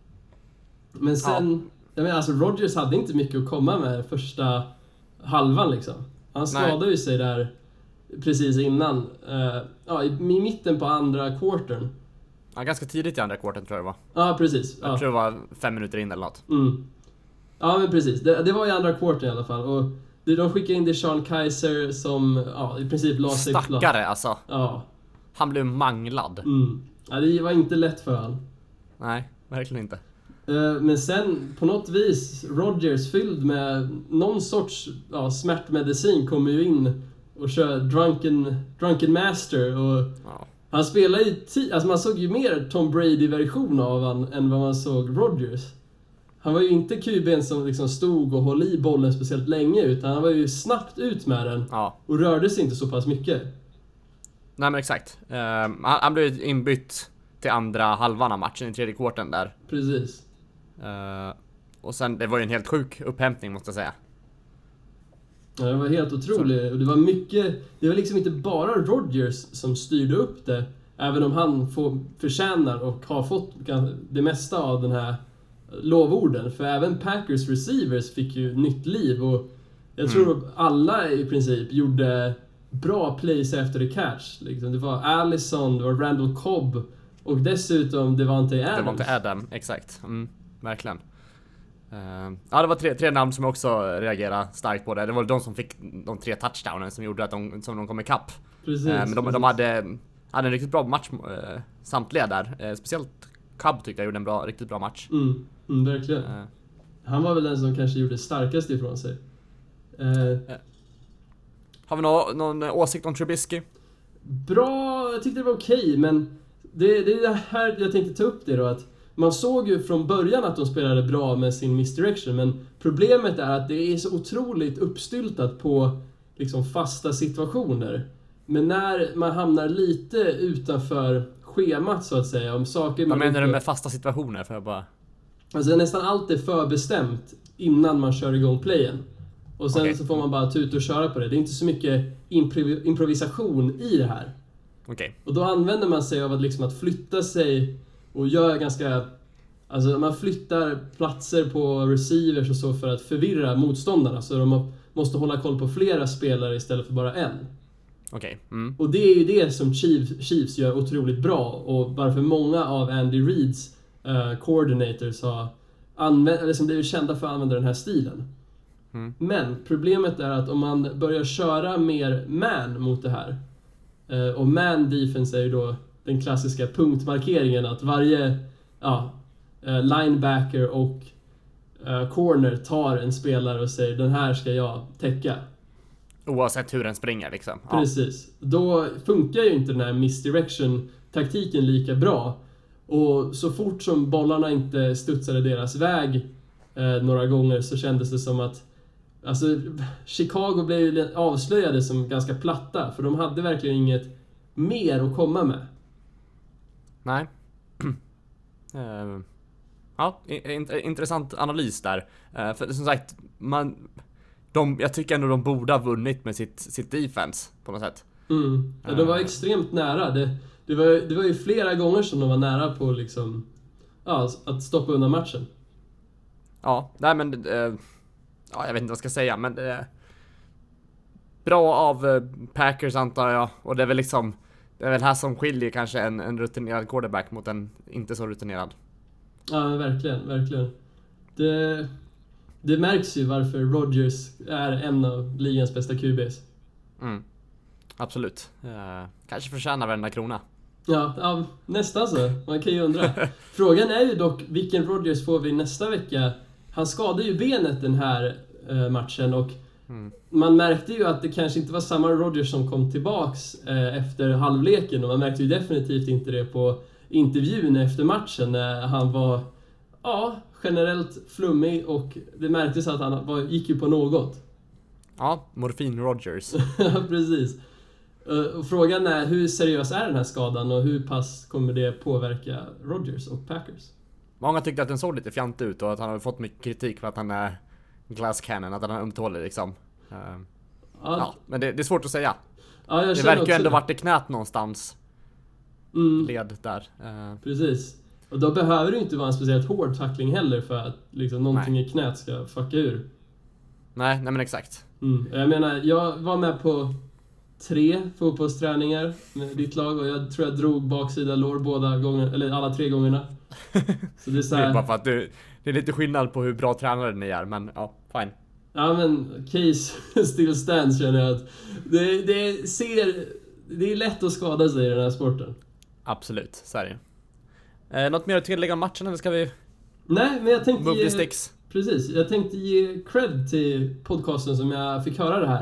Men sen, ja. jag menar, alltså Rodgers hade inte mycket att komma med första halvan liksom. Han skadade ju sig där precis innan. Uh, ja, i mitten på andra quartern. Ja, ganska tidigt i andra quartern tror jag det var. Ja, precis. Jag ja. tror det var fem minuter in eller något. Mm. Ja, men precis. Det, det var i andra quartern i alla fall. Och de skickade in Deshaun Kaiser som ja, i princip la sig platt. Stackare alltså. Ja. Han blev manglad. Mm. Ja, det var inte lätt för han. Nej, verkligen inte. Uh, men sen på något vis Rodgers fylld med någon sorts ja, smärtmedicin kommer ju in och kör drunken, drunken master och ja. Han spelar ju ti- alltså man såg ju mer Tom Brady-version av han än vad man såg Rodgers. Han var ju inte Q B:n som liksom stod och höll i bollen speciellt länge, utan han var ju snabbt ut med den Ja. och rörde sig inte så pass mycket. Nej men exakt. Uh, han, han blev inbytt till andra halvan av matchen i tredje kvarten där. Precis. Uh, och sen, det var ju en helt sjuk upphämtning måste jag säga. Ja, det var helt otroligt. Och det var mycket, det var liksom inte bara Rodgers som styrde upp det, även om han får, förtjänar och har fått det mesta av den här lovorden. För även Packers receivers fick ju nytt liv, och jag tror mm. alla i princip gjorde bra plays efter the catch. Liksom, det var Allison, det var Randall Cobb och dessutom det var inte Adams. Det var inte Adam, exakt. Mm, verkligen. Uh, ja, det var tre, tre namn som jag också reagerade starkt på det. Det var de som fick de tre touchdownen som gjorde att de, som de kom ikapp. Precis, uh, Men de, precis. de hade, hade en riktigt bra match, uh, samtliga där. Uh, speciellt Cobb tyckte jag gjorde en bra, riktigt bra match. Mm, mm, verkligen. Uh, Han var väl den som kanske gjorde starkast ifrån sig. Uh, uh. Har vi någon, någon åsikt om Trubisky? Bra, jag tyckte det var okej, men det, det är det här jag tänkte ta upp det då, att man såg ju från början att de spelade bra med sin misdirection, men problemet är att det är så otroligt uppstyltat på liksom fasta situationer. Men när man hamnar lite utanför schemat så att säga, om saker... Vad menar du med fasta situationer? För jag bara... Alltså nästan allt är förbestämt innan man kör igång playen. Och sen okay. så får man bara tuta och köra på det. Det är inte så mycket improv- improvisation i det här. Okay. Och då använder man sig av att, liksom att flytta sig och göra ganska... Alltså man flyttar platser på receivers och så för att förvirra motståndarna. Så de måste hålla koll på flera spelare istället för bara en. Okay. Mm. Och det är ju det som Chiefs, Chiefs gör otroligt bra. Och varför många av Andy Reeds uh, coordinators har använt, eller som blivit kända för att använda den här stilen. Mm. Men problemet är att om man börjar köra mer man mot det här, uh, och man defense är ju då den klassiska punktmarkeringen, att varje ja, uh, linebacker och uh, corner tar en spelare och säger den här ska jag täcka. Oavsett hur den springer liksom. Ja. Precis. Då funkar ju inte den här misdirection-taktiken lika bra. Och så fort som bollarna inte studsade deras väg eh, några gånger så kändes det som att alltså, Chicago blev ju avslöjade som ganska platta. För de hade verkligen inget mer att komma med. Nej. uh, ja, in- intressant analys där. Uh, för som sagt, man... De, jag tycker ändå de borde ha vunnit med sitt, sitt defense på något sätt. Mm. Ja, de var uh. extremt nära. Det, det, var, det var ju flera gånger som de var nära på liksom, ja, att stoppa undan matchen. Ja, nej men... Uh, ja, jag vet inte vad jag ska säga, men... Uh, bra av uh, Packers antar jag. Och det är väl liksom... Det är väl här som skiljer kanske en, en rutinerad quarterback mot en inte så rutinerad. Ja, men verkligen, verkligen. Det... Det märks ju varför Rodgers är en av ligans bästa Q Bs. Mm. Absolut. Uh, kanske förtjänar varenda krona. Ja, ja, nästan så. Man kan ju undra. Frågan är ju dock, vilken Rodgers får vi nästa vecka? Han skadade ju benet den här uh, matchen och mm. man märkte ju att det kanske inte var samma Rodgers som kom tillbaks uh, efter halvleken. Och man märkte ju definitivt inte det på intervjun efter matchen när han var... Ja, generellt flummig och det märktes att han var, gick ju på något. Ja, morfin Rodgers. Ja, precis. Och frågan är, hur seriös är den här skadan och hur pass kommer det påverka Rodgers och Packers? Många tyckte att den såg lite fjant ut och att han har fått mycket kritik för att han är glass cannon, att han är ömtålig liksom. Uh, ja. ja, men det, det är svårt att säga. Ja, jag det verkar ju ändå det. varit i knät någonstans. Mm. Led där. Uh. Precis. Och då behöver det inte vara en speciellt hård tackling heller för att liksom, någonting nej. i knät ska fucka ur. Nej, nej men exakt. Mm. Jag menar, jag var med på tre fotbollsträningar med ditt lag och jag tror jag drog baksida lår båda gånger, eller alla tre gångerna. Så det är så här... det är bara för att du, det är lite skillnad på hur bra tränare ni är, men ja, fine. Ja men, case still stands känner jag att det, det ser, det är lätt att skada sig i den här sporten. Absolut, så är det. Eh, något mer att tillägga om matchen eller ska vi... Nej, men jag tänkte Move ge... the sticks. Precis, jag tänkte ge cred till podcasten som jag fick höra det här.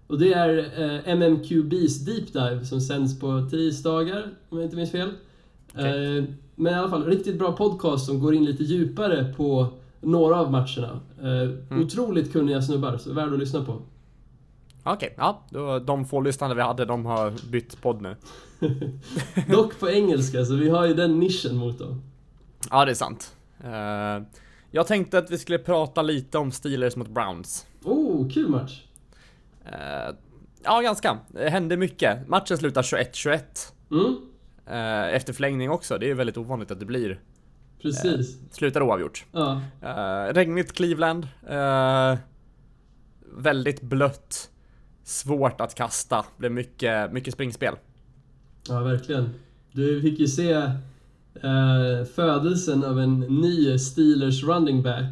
Och det är eh, M M Q B's Deep Dive som sänds på tisdagar, om jag inte minns fel. Okay. Eh, men i alla fall, riktigt bra podcast som går in lite djupare på några av matcherna. Eh, mm. Otroligt kunniga snubbar, så värd att lyssna på. Okej, okay, ja. Då, de få lyssnare vi hade, de har bytt podd nu. Dock på engelska, så vi har ju den nischen mot dem. Ja, det är sant. Uh, jag tänkte att vi skulle prata lite om Steelers mot Browns. Oh, kul match. Uh, ja, ganska. Det hände mycket. Matchen slutar tjugoett tjugoett. Mm. Uh, efter förlängning också. Det är ju väldigt ovanligt att det blir. Precis. Uh, slutar oavgjort. Ja. Uh, regnigt Cleveland. Uh, väldigt blött. Svårt att kasta. Blev mycket, mycket springspel. Ja, verkligen. Du fick ju se uh, födelsen av en ny Steelers running back.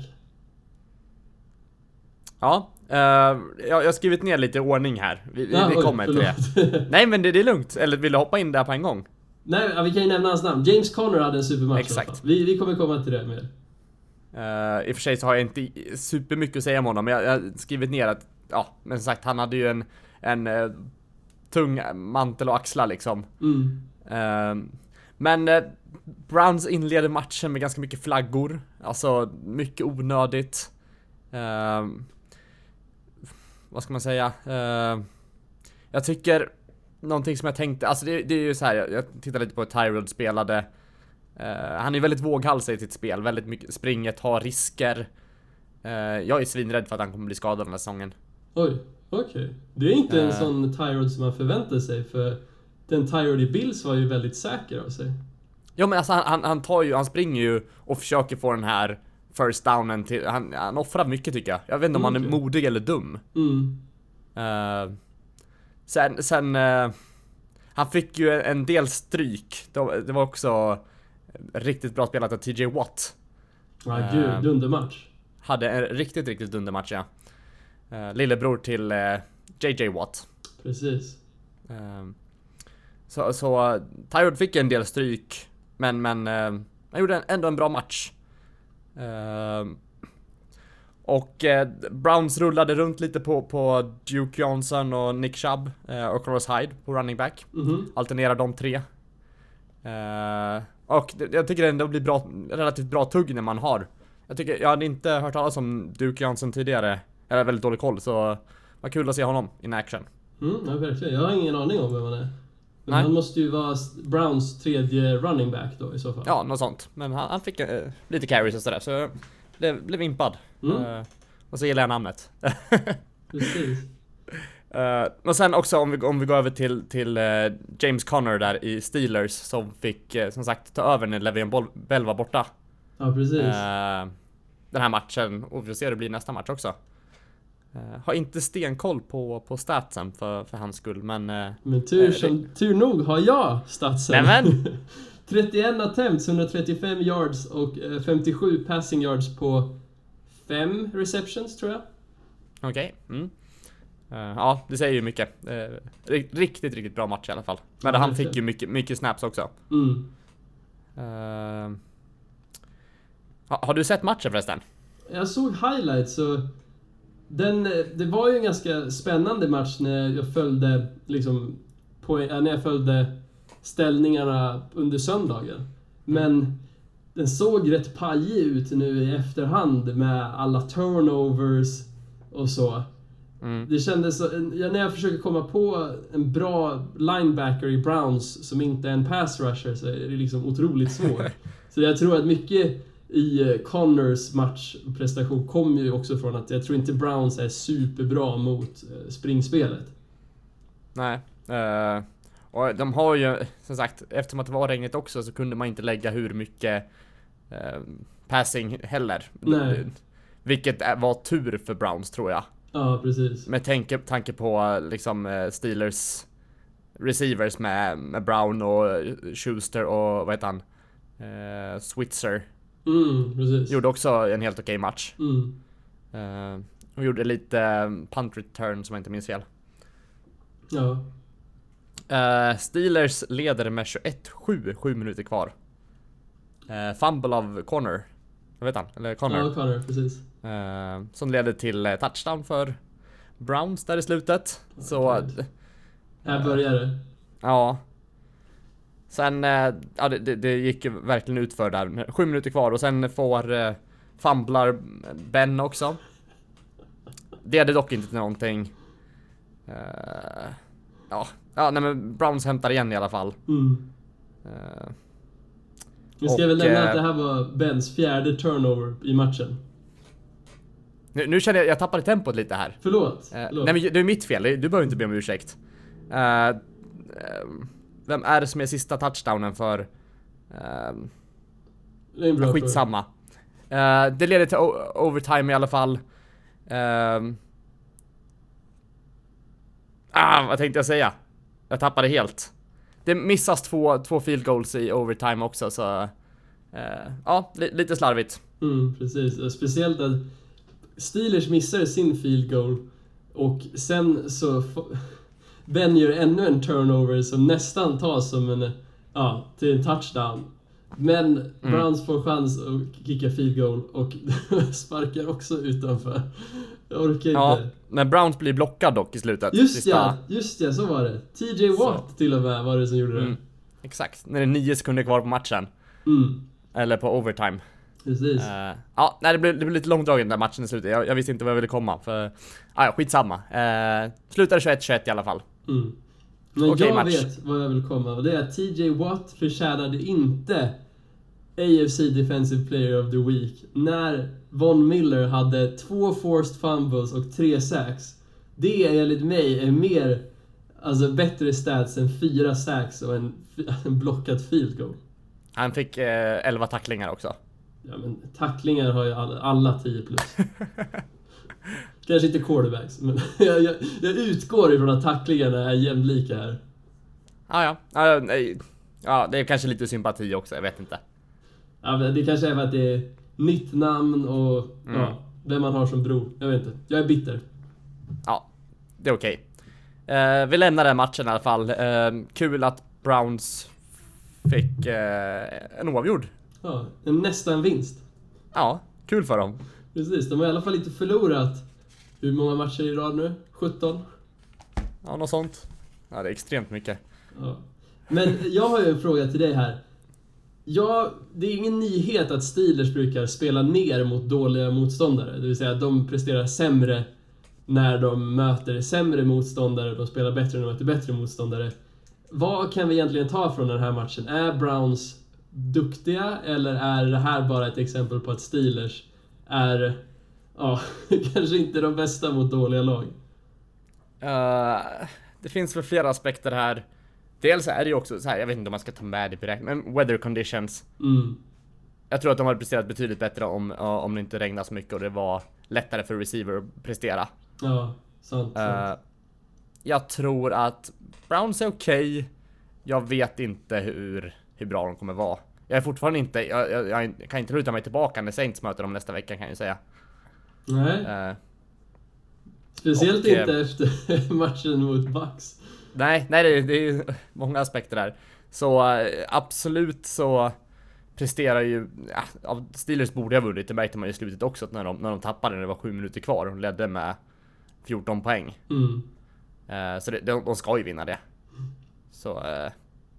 Ja, uh, jag har skrivit ner lite ordning här. Vi, ja, vi kommer till det. Nej, men det, det är lugnt. Eller vill du hoppa in där på en gång? Nej, ja, vi kan ju nämna hans namn. James Conner hade en supermatch. Exakt. Vi, vi kommer komma till det mer. Uh, I och för sig så har jag inte supermycket att säga om honom. Men jag, jag har skrivit ner att, ja, men som sagt, han hade ju en, en uh, tung mantel och axlar liksom. Mm. Uh, men uh, Browns inleder matchen med ganska mycket flaggor. Alltså, mycket onödigt. Uh, vad ska man säga? Uh, jag tycker någonting som jag tänkte, alltså det, det är ju så här, jag, jag tittade lite på hur Tyrod spelade. Uh, han är väldigt våghalsig i sitt spel, väldigt mycket springet, har risker. Uh, jag är svinrädd för att han kommer bli skadad den här säsongen. Oj, okej. Okay. Det är inte uh, en sån Tyrod som man förväntar sig, för den Tyrod i Bills var ju väldigt säker av sig. Ja, men alltså han, han, han tar ju, han springer ju och försöker få den här first downen till, han, han offrar mycket tycker jag. Jag vet inte om mm, han är modig eller dum. Mm. Uh, sen, sen uh, han fick ju en del stryk. Det, det var också riktigt bra spelat av T J Watt. Ja, uh, gud, dundermatch. Hade en riktigt, riktigt dundermatch, ja. Uh, lillebror till uh, J J Watt. Precis. Uh, så, så Tyrod fick en del stryk, men, men uh, han gjorde en, ändå en bra match. Uh, och uh, Browns rullade runt lite på, på Duke Johnson och Nick Chubb uh, och Cross Hyde på running back. Mm-hmm. Alternerar de tre. Uh, och det, jag tycker ändå blir bra, relativt bra tugg när man har. Jag tycker, jag hade inte hört talas om Duke Johnson tidigare. Jag hade väldigt dålig koll, så vad kul att se honom in action. Mm, ja, verkligen. Jag har ingen aning om vem han är. Men Nej. han måste ju vara Browns tredje running back då i så fall. Ja, något sånt. Men han, han fick uh, lite carries och sådär, så jag blev, blev impad. Mm. Uh, och så gillar jag namnet. Precis. Uh, och sen också om vi, om vi går över till, till uh, James Conner där i Steelers, som fick uh, som sagt ta över när Le'Veon Bell var borta. Ja, precis. Uh, den här matchen, och vi får se hur det blir nästa match också. Uh, har inte stenkoll på, på statsen för, för hans skull, men... Uh, men tur, uh, som, tur nog har jag statsen. Nämen! trettioen attempts, hundratrettiofem yards och uh, femtiosju passing yards på fem receptions, tror jag. Okej, okay. mm. uh, ja, det säger ju mycket. Uh, riktigt, riktigt bra match i alla fall. Men ja, han fick ju mycket, mycket snaps också. Mm. Uh, ha, har du sett matchen förresten? Jag såg highlights, så den, det var ju en ganska spännande match när jag följde liksom, på, när jag följde ställningarna under söndagen. Men den såg rätt pajig ut nu i efterhand med alla turnovers och så. Mm. Det kändes så, när jag försöker komma på en bra linebacker i Browns som inte är en pass rusher, så är det liksom otroligt svårt. Så jag tror att mycket i Connors matchprestation kommer ju också från att jag tror inte Browns är superbra mot springspelet. Nej. Uh, och de har ju, som sagt, eftersom att det var regnigt också, så kunde man inte lägga hur mycket uh, passing heller. Nej. Vilket var tur för Browns, tror jag. Ja, precis. Med tanke, tanke på liksom Steelers receivers med, med Brown och Schuster och vad heter han? Uh, Switzer. Mm, precis. Gjorde också en helt okej match. Mm. Uh, och gjorde lite punt return som jag inte minns fel. Ja. Uh, Steelers leder med tjugoett sju, sju minuter kvar. Uh, fumble av Connor. Jag vet han, eller Connor. Ja, Connor, precis. Uh, som leder till uh, touchdown för Browns där i slutet. Oh, så... God. Här börjar det. Ja. Sen, äh, ja det, det, det gick ju verkligen ut för där. Sju minuter kvar och sen får äh, fumblar Ben också. Det är det dock inte till någonting. Uh, ja, ja nej, men Browns hämtar igen i alla fall. Mm. Uh, Vi ska och, väl nämna uh, att det här var Bens fjärde turnover i matchen. Nu, nu känner jag, jag tappade tempot lite här. Förlåt. Uh, Förlåt. Nej men det är mitt fel, du behöver inte be om ursäkt. Uh, uh, vem är det som är sista touchdownen för? Uh, det är en bra skitsamma. Uh, det leder till o- overtime i alla fall. Uh, ah, vad tänkte jag säga? Jag tappade helt. Det missas två, två field goals i overtime också, så... Uh, ja, li- lite slarvigt. Mm, precis. Speciellt att Steelers missar sin field goal och sen så f- Ben gör ännu en turnover som nästan tas som en, ja, till en touchdown. Men mm. Browns får chans att kicka field goal och sparkar också utanför. Jag orkar ja, inte. Men Browns blir blockad dock i slutet. Just sista... ja, just ja, så var det. T J Watt så. Till och med var det som gjorde det. Mm. Exakt, när det är nio sekunder kvar på matchen. Mm. Eller på overtime. Precis. Uh, ja, nej, det blev, det blev lite långdragen den matchen i slutet. Jag, jag visste inte vad jag ville komma. För, ah, skitsamma. Uh, slutade tjugoett tjugoett i alla fall. Mm. Men okay, jag match. vet vad jag vill komma. Och det är att T J Watt förtjänade inte A F C Defensive Player of the Week när Von Miller hade två forced fumbles och tre sacks. Det enligt mig är mer, alltså bättre stats än fyra sacks och en, en blockad field goal. Han fick eh, elva tacklingar också. Ja, men tacklingar har ju alla, alla tio plus. Kanske inte quarterbacks, men jag, jag, jag utgår ifrån att tacklingarna är jämlika här. Ah, ja, ja. Nej. Ja, det är kanske lite sympati också, jag vet inte. Ja, men det kanske är för att det är nytt namn och mm. ja, vem man har som bror. Jag vet inte, jag är bitter. Ja, det är okej. Okay. Uh, vi lämnar den matchen i alla fall. Uh, kul att Browns fick uh, en oavgjord. Ja, en nästan vinst. Ja, kul för dem. Precis, de har i alla fall inte förlorat. Hur många matcher i rad nu? sjutton? Ja, något sånt. Ja, det är extremt mycket. Ja. Men jag har ju en fråga till dig här. Ja, det är ingen nyhet att Steelers brukar spela ner mot dåliga motståndare. Det vill säga att de presterar sämre när de möter sämre motståndare. De spelar bättre när de möter bättre motståndare. Vad kan vi egentligen ta från den här matchen? Är Browns duktiga eller är det här bara ett exempel på att Steelers är, ja, kanske inte de bästa mot dåliga lag? Uh, det finns väl flera aspekter här. Dels är det ju också så här, jag vet inte om man ska ta med det direkt, men weather conditions. Mm. Jag tror att de hade presterat betydligt bättre om, om det inte regnade så mycket och det var lättare för receiver att prestera. Ja, sant, uh, sant. Jag tror att Browns är okej. Okay. Jag vet inte hur, hur bra de kommer vara. Jag är fortfarande inte, jag, jag, jag kan inte luta mig tillbaka när Saints möter dem nästa vecka, kan jag säga. Nej. Uh, Speciellt och, inte efter matchen mot Bucks. Nej, nej det, det är många aspekter där. Så absolut så presterar ju, ja, Steelers borde ha vunnit. Det märkte man i slutet också när de, när de tappade när det var sju minuter kvar och ledde med fjorton poäng. Mm. Uh, så det, de, de ska ju vinna det. Så uh,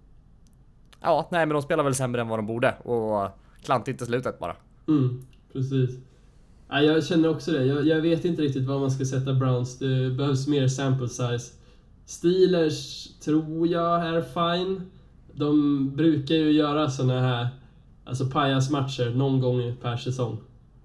ja, nej men de spelar väl sämre än vad de borde och klant inte slutet bara. Mm, precis. Ja, jag känner också det. Jag, jag vet inte riktigt vad man ska sätta Browns. Det behövs mer sample size. Steelers tror jag är fine. De brukar ju göra såna här, alltså pajasmatcher någon gång per säsong.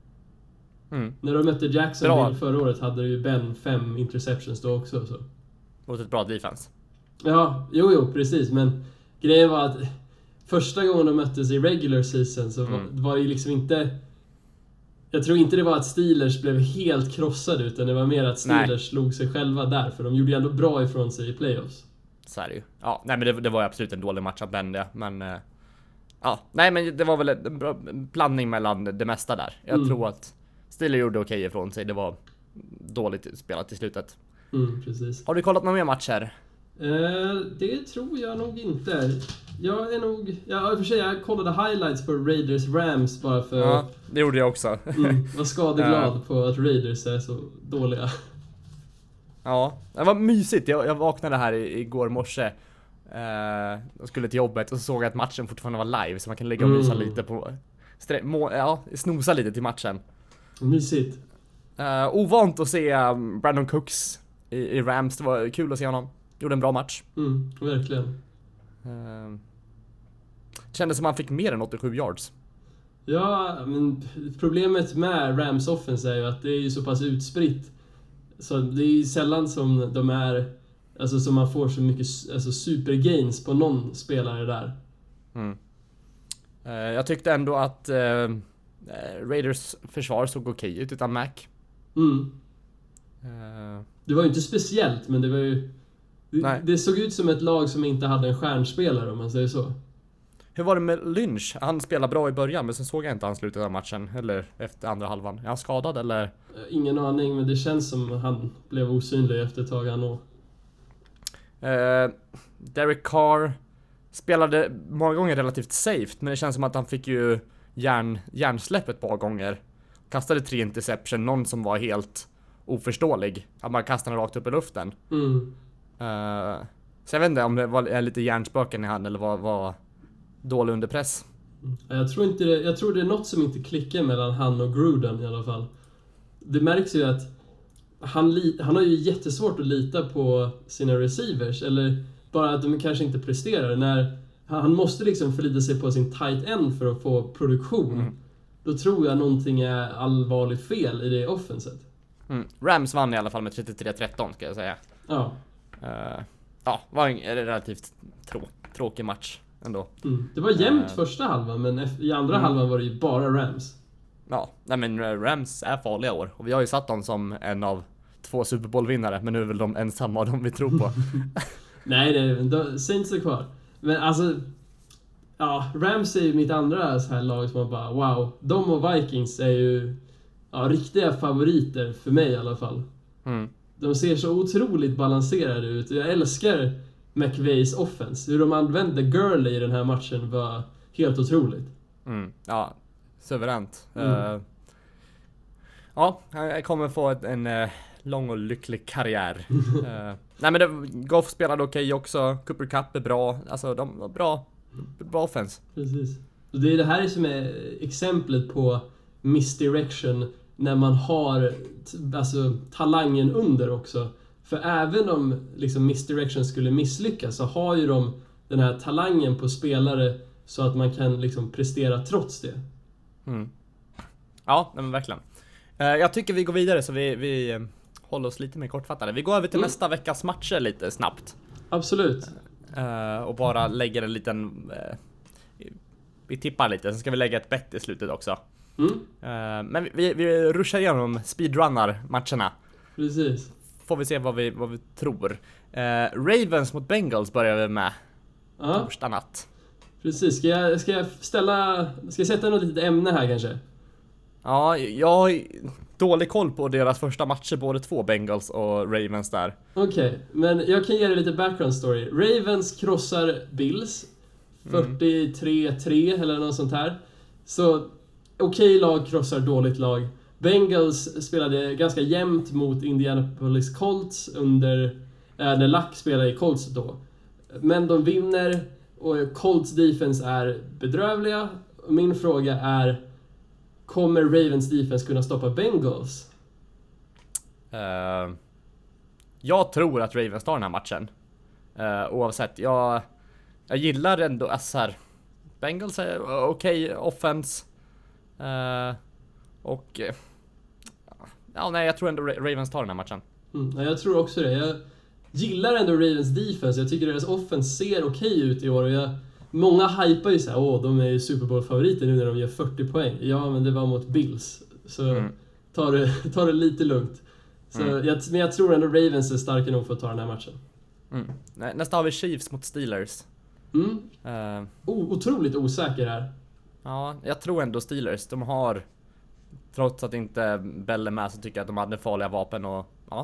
Mm. När de mötte Jacksonville förra året hade ju Ben fem interceptions då också. Så. Mot ett bra defense. Ja, jo jo, precis. Men grejen var att första gången de möttes i regular season så mm. var, var det ju liksom inte... Jag tror inte det var att Steelers blev helt krossade, utan det var mer att Steelers nej. slog sig själva där. För de gjorde ju ändå bra ifrån sig i playoffs. Så är det ju. Ja, nej men det, det var ju absolut en dålig match att vända. Men uh, ja, nej men det var väl en bra blandning mellan det mesta där. Jag mm. tror att Steelers gjorde okej ifrån sig. Det var dåligt spelat i slutet. Mm, precis. Har du kollat några mer matcher? Uh, det tror jag nog inte. Jag är nog... Ja, i och för sig, jag kollade highlights på Raiders Rams bara för... Ja, det gjorde jag också. Mm, var skadeglad uh. på att Raiders är så dåliga. Ja, det var mysigt. Jag, jag vaknade här i, igår morse eh, och skulle till jobbet och så såg jag att matchen fortfarande var live, så man kan lägga och mysa mm. lite på stre- må, ja, snosa lite till matchen. Mysigt. Uh, ovant att se um, Brandon Cooks i, i Rams. Det var kul att se honom. Gjorde en bra match. Mm, verkligen. Uh, kändes som han fick mer än åttiosju yards. Ja, men problemet med Rams offense är ju att det är ju så pass utspritt. Så det är ju sällan som de är, alltså som man får så mycket alltså supergains på någon spelare där. Mm. Uh, jag tyckte ändå att uh, Raiders försvar såg okej ut utan Mac. Mm. Uh, det var ju inte speciellt, men det var ju det, det såg ut som ett lag som inte hade en stjärnspelare, om man säger så. Hur var det med Lynch? Han spelade bra i början, men sen såg jag inte han slutet av matchen eller efter andra halvan. Är han skadad eller? Ingen aning, men det känns som han blev osynlig efter ett tag han och. Uh, Derek Carr spelade många gånger relativt safe, men det känns som att han fick ju järn, järnsläpp ett par gånger. Kastade tre interception, någon som var helt oförståelig. Att man kastade den rakt upp i luften. Mm. Uh, så jag vet inte om det var är lite hjärnspöken i han eller var, var dålig under press. Jag tror inte det, jag tror det är något som inte klickar mellan han och Gruden i alla fall. Det märks ju att han, li, han har ju jättesvårt att lita på sina receivers, eller bara att de kanske inte presterar. När han måste liksom förlita sig på sin tight end för att få produktion. Mm. Då tror jag någonting är allvarligt fel i det offenset. Mm. Rams vann i alla fall med trettiotre tretton, ska jag säga. Ja. Uh, ja, var en relativt trå, tråkig match ändå. Mm. Det var jämnt uh, första halvan, men i andra mm. halvan var det ju bara Rams. Ja, nej men Rams är farliga år. Och vi har ju satt dem som en av två Super Bowl-vinnare, men nu är väl de ensamma av dem vi tror på. Nej, det Saints är kvar. Men alltså, ja, Rams är ju mitt andra så här lag som man bara, wow. De och Vikings är ju ja, riktiga favoriter för mig i alla fall. Mm. De ser så otroligt balanserade ut. Jag älskar McVays offense. Hur de använde Gurley i den här matchen var helt otroligt. Mm. Ja, suveränt. Mm. Uh, ja, jag kommer få ett, en uh, lång och lycklig karriär. uh, nej men det, Goff spelade okej okay också. Cooper Cup är bra. Alltså de var bra. Bra offense. Precis. Och det är det här som är exemplet på misdirection när man har alltså talangen under också. För även om liksom misdirection skulle misslyckas så har ju de den här talangen på spelare så att man kan liksom prestera trots det. Mm. Ja, men verkligen. Uh, jag tycker vi går vidare så vi, vi uh, håller oss lite mer kortfattade. Vi går över till mm. nästa veckas matcher lite snabbt. Absolut. Uh, och bara lägger en liten... Uh, vi tippar lite, sen ska vi lägga ett bett i slutet också. Mm. Uh, men vi, vi, vi ruschar igenom speedrunnar matcherna. Precis. Får vi se vad vi, vad vi tror. Uh, Ravens mot Bengals börjar vi med. Ja. Torsdag natt. Precis, ska jag, ska jag ställa... Ska jag sätta något litet ämne här kanske? Ja, jag har dålig koll på deras första matcher, både två Bengals och Ravens där. Okej, okay, men jag kan ge dig lite background story. Ravens krossar Bills fyrtiotre tre mm. eller något sånt här. Så okej okay, lag krossar dåligt lag. Bengals spelade ganska jämnt mot Indianapolis Colts under äh, när Luck spelade i Colts då. Men de vinner och Colts defense är bedrövliga. Min fråga är: kommer Ravens defense kunna stoppa Bengals? Uh, jag tror att Ravens tar den här matchen. Uh, oavsett, jag, jag gillar ändå alltså här, Bengals är okej okay, offense. Uh, och uh, ja, nej, jag tror ändå Ravens tar den här matchen. Mm, jag tror också det. Jag gillar ändå Ravens defense. Jag tycker deras offense ser okej okay ut i år. Och jag, många hypar ju såhär, åh, de är ju Super Bowl-favoriter nu när de gör fyrtio poäng. Ja, men det var mot Bills. Så mm. ta, det, ta det lite lugnt. Så mm. jag, men jag tror ändå Ravens är starka nog för att ta den här matchen. Mm. Nästa har vi Chiefs mot Steelers. Mm. Uh, o- otroligt osäker här. Ja, jag tror ändå Steelers. De har, trots att inte Bell är med, så tycker jag att de hade farliga vapen och ja.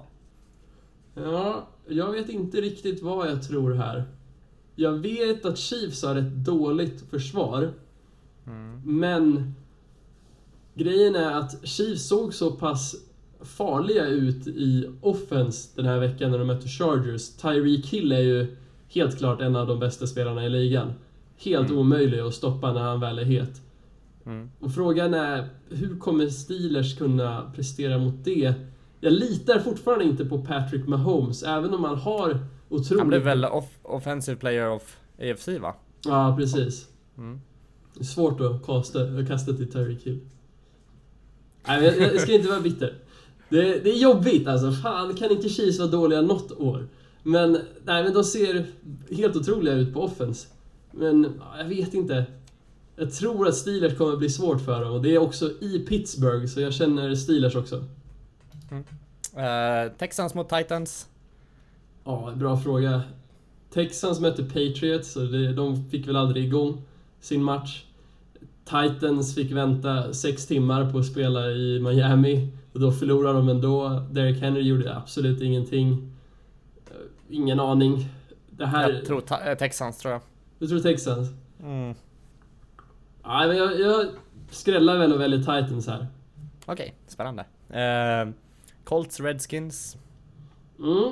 Ja, jag vet inte riktigt vad jag tror här. Jag vet att Chiefs har ett dåligt försvar. Mm. Men grejen är att Chiefs såg så pass farliga ut i offense den här veckan när de möter Chargers. Tyreek Hill är ju helt klart en av de bästa spelarna i ligan. Helt mm. omöjlig att stoppa när han väl är het. Mm. Och frågan är, hur kommer Steelers kunna prestera mot det? Jag litar fortfarande inte på Patrick Mahomes, även om man har otroligt... Han blev väl off- offensive player of A F C, va? Ja, precis. Mm. Det är svårt att kasta, kasta till Tyreek Hill. Nej, jag, jag ska inte vara bitter. Det, det är jobbigt alltså. Fan, kan inte Chiefs vara dåliga något år? Men, nej, men de ser helt otroliga ut på offense. Men jag vet inte. Jag tror att Steelers kommer bli svårt för dem. Och det är också i Pittsburgh, så jag känner Steelers också. Mm. Uh, Texans mot Titans. Ja, bra fråga. Texans mötte Patriots, så det, de fick väl aldrig igång sin match. Titans fick vänta sex timmar på att spela i Miami. Och då förlorade de ändå. Derrick Henry gjorde absolut ingenting. Ingen aning. Det här... Jag tror ta- Texans, tror jag. Du tror Texans? Mm. Nej, men jag, jag skrällar väl och väljer Titans här. Okej, okay, spännande. Uh, Colts, Redskins. Mm.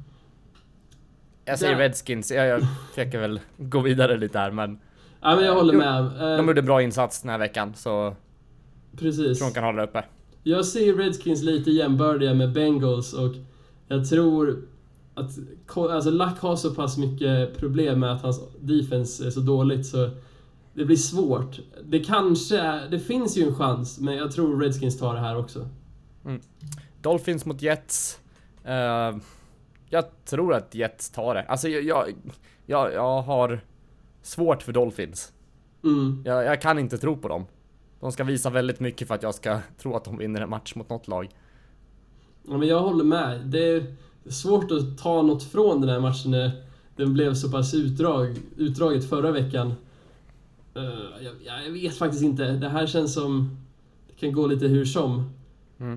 Jag säger Där. Redskins. Jag, jag försöker väl gå vidare lite här, men... Ja, men jag håller uh, med. De gjorde bra insats den här veckan, så... Precis. tror de kan hålla det uppe. Jag ser Redskins lite jämbördiga med Bengals, och jag tror att alltså Luck har så pass mycket problem med att hans defense är så dåligt, så det blir svårt. Det kanske är, det finns ju en chans, men jag tror Redskins tar det här också. Mm. Dolphins mot Jets. Uh, jag tror att Jets tar det. Alltså jag, jag, jag, jag har svårt för Dolphins. Mm. Jag, jag kan inte tro på dem. De ska visa väldigt mycket för att jag ska tro att de vinner en match mot något lag. Ja, men jag håller med. Det är svårt att ta något från den här matchen när den blev så pass utdrag, utdraget förra veckan. Uh, jag, jag vet faktiskt inte. Det här känns som det kan gå lite hur som. Mm.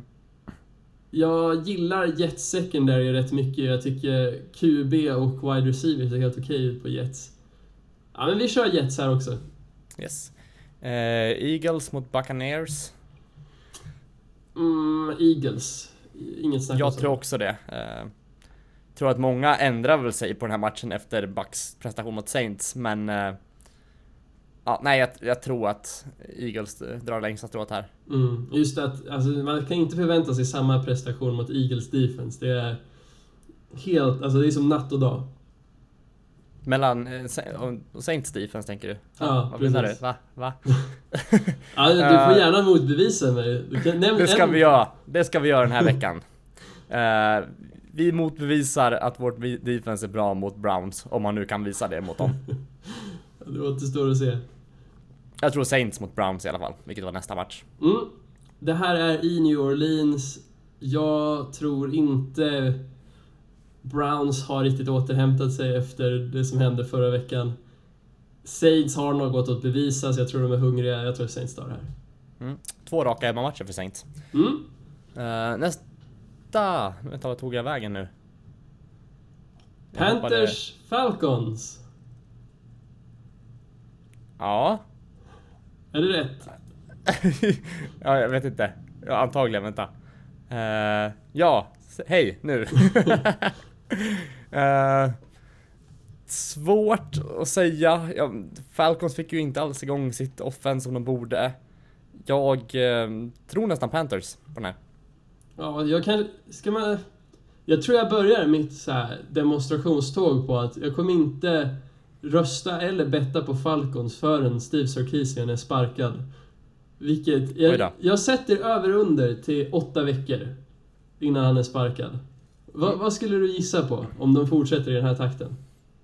Jag gillar Jets secondary rätt mycket. Jag tycker Q B och wide receivers är helt okej ut på Jets. Ja, men vi kör Jets här också. Yes. Uh, Eagles mot Buccaneers. Mm, Eagles. Inget snack. Jag tror också det. Uh, tror att många ändrar väl sig på den här matchen efter Bucks prestation mot Saints, men uh, ja, nej, jag, jag tror att Eagles drar längsta strået här. Mm, just att alltså, man kan inte förvänta sig samma prestation mot Eagles defense. Det är helt, alltså det är som natt och dag. Mellan uh, Saints defense, tänker du? Ja, vad precis. menar du? Va? Va? Ja, du får gärna motbevisa mig. Du kan nämna det ska en... vi göra. Det ska vi göra den här veckan. Uh, vi motbevisar att vårt defense är bra mot Browns, om man nu kan visa det mot dem. Det återstår att se. Jag tror Saints mot Browns i alla fall, vilket var nästa match. Mm. Det här är i New Orleans. Jag tror inte Browns har riktigt återhämtat sig efter det som hände förra veckan. Saints har något att bevisa, så jag tror de är hungriga. Jag tror Saints tar det här. Mm. Två raka hemmamatcher för Saints. Mm. Uh, nästa... Vänta, vad tog jag vägen nu? Panthers, Falcons. Ja. Är det rätt? Ja, jag vet inte. Ja, antagligen, vänta. Uh, ja, hej, nu. uh, svårt att säga. Ja, Falcons fick ju inte alls igång sitt offense som de borde. Jag uh, tror nästan Panthers på den här. Ja, jag kan... Ska man... Jag tror jag börjar mitt så här demonstrationståg på att jag kommer inte rösta eller betta på Falcons förrän Steve Sarkisian är sparkad. Vilket... Jag, jag sätter över under till åtta veckor innan han är sparkad. Va, mm. Vad skulle du gissa på om de fortsätter i den här takten?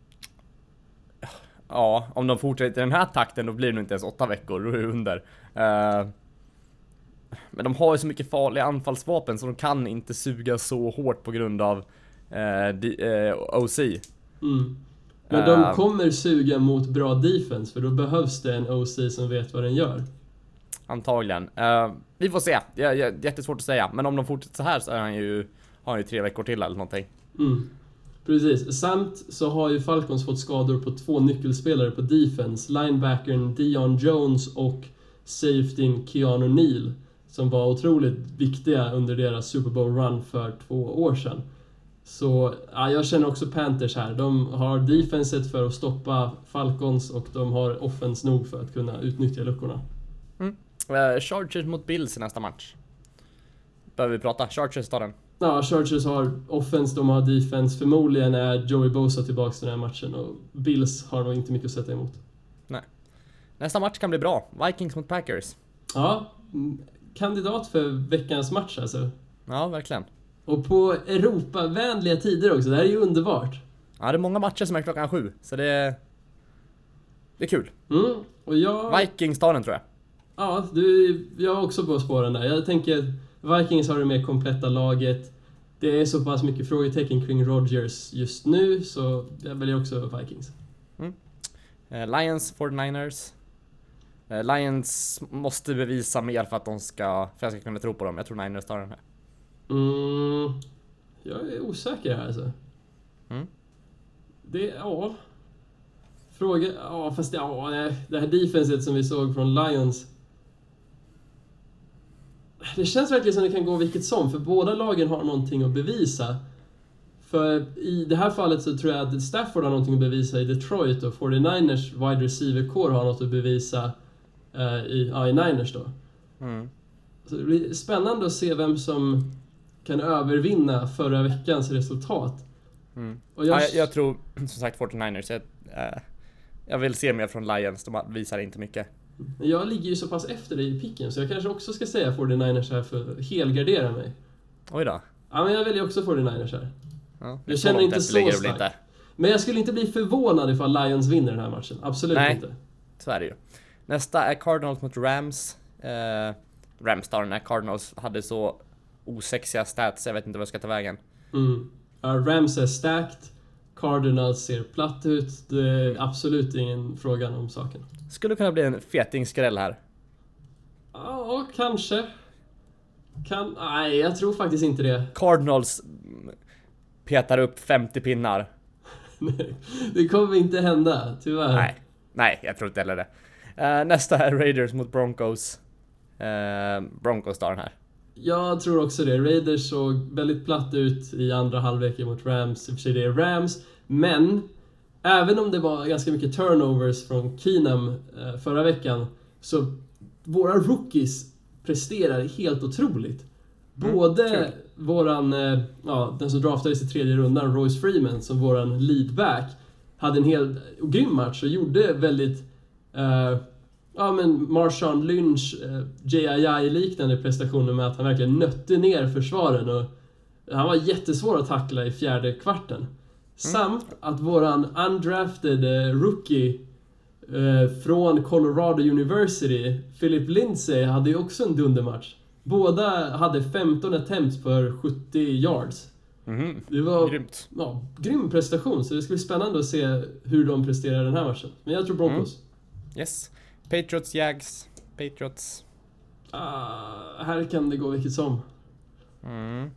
Ja, om de fortsätter i den här takten då blir det nog inte ens åtta veckor, då är det under. Uh, men de har ju så mycket farliga anfallsvapen så de kan inte suga så hårt på grund av uh, D, uh, O C. Mm. Men de uh, kommer suga mot bra defense, för då behövs det en O C som vet vad den gör. Antagligen. Uh, vi får se. Det är jättesvårt att säga. Men om de fortsätter så här så är han ju, har han ju tre veckor till eller någonting. Mm. Precis. Samt så har ju Falcons fått skador på två nyckelspelare på defense. Linebackern Dion Jones och safetyn Keanu Neal. som var otroligt viktiga under deras Super Bowl run för två år sedan. Så ja, jag känner också Panthers här. De har defenset för att stoppa Falcons och de har offense nog för att kunna utnyttja luckorna. Mm. Uh, Chargers mot Bills i nästa match. Behöver vi prata? Chargers tar den. Ja, Chargers har offense, de har defense. Förmodligen är Joey Bosa tillbaka till den här matchen och Bills har nog inte mycket att sätta emot. Nej. Nästa match kan bli bra. Vikings mot Packers. Ja, kandidat för veckans match alltså. Ja, verkligen. Och på Europavänliga tider också, det här är ju underbart. Ja, det är många matcher som är klockan sju, så det är, det är kul. Mm, och jag... Vikings tar den tror jag. Ja, du, jag är också på spåren där. Jag tänker Vikings har det mer kompletta laget. Det är så pass mycket frågetecken kring Rodgers just nu, så jag väljer också Vikings. Mm. Uh, Lions, forty-niners. Uh, Lions måste bevisa mer för att de ska, för jag ska kunna tro på dem. Jag tror Niners tar den här. Mm, jag är osäker här alltså. Mm. Det, ja... Fråga... Ja, fast ja, det här defenset som vi såg från Lions... Det känns verkligen som det kan gå vilket som, för båda lagen har någonting att bevisa. För i det här fallet så tror jag att Stafford har någonting att bevisa i Detroit och forty-niners wide receiver core har något att bevisa uh, i, ja, i Niners då. Mm. Så det blir spännande att se vem som kan övervinna förra veckans resultat. Mm. Och jag... Ja, jag, jag tror som sagt forty-niners. Jag, uh, jag vill se mer från Lions, de visar inte mycket. Jag ligger ju så pass efter dig i picken, så jag kanske också ska säga forty-niners här för att helgardera mig. Oj då. Ja, men jag väljer också forty-niners här. Ja, jag känner inte så starkt. Inte. Men jag skulle inte bli förvånad ifall Lions vinner den här matchen. Absolut Nej, inte. Så är det ju. Nästa är Cardinals mot Rams. Uh, Rams tar den här. Cardinals hade så osexiga stats, jag vet inte vad jag ska ta vägen. Mm. Uh, Rams är stacked. Cardinals ser platt ut. Det är absolut ingen fråga om saken. Skulle kunna bli en fetingskräll här. Ja, kanske. Kan... Nej, jag tror faktiskt inte det. Cardinals petar upp femtio pinnar. Nej, det kommer inte hända, tyvärr. Nej, Nej jag tror inte heller det. Uh, nästa är Raiders mot Broncos. Uh, Broncos tar den här. Jag tror också det. Raiders såg väldigt platt ut i andra halvleken mot Rams. I och för sig det är Rams. Men även om det var ganska mycket turnovers från Keenum eh, förra veckan, så våra rookies presterar helt otroligt. Både mm, våran, eh, ja, den som draftades i tredje rundan, Royce Freeman, som våran leadback, hade en helt grym match och gjorde väldigt... Eh, Ja, men Marshawn Lynch, eh, J I I-liknande prestationer med att han verkligen nötte ner försvaren och han var jättesvår att tackla i fjärde kvarten. Mm. Samt att våran undrafted eh, rookie eh, från Colorado University, Philip Lindsay, hade ju också en dundermatch. Båda hade femton attempts för sjuttio yards. Mm. Det var grymt. Ja, grym prestation, så det ska bli spännande att se hur de presterar den här matchen. Men jag tror Broncos. Mm. Yes. Patriots, Jags, Patriots. Ah, här kan det gå vilket som. Mm.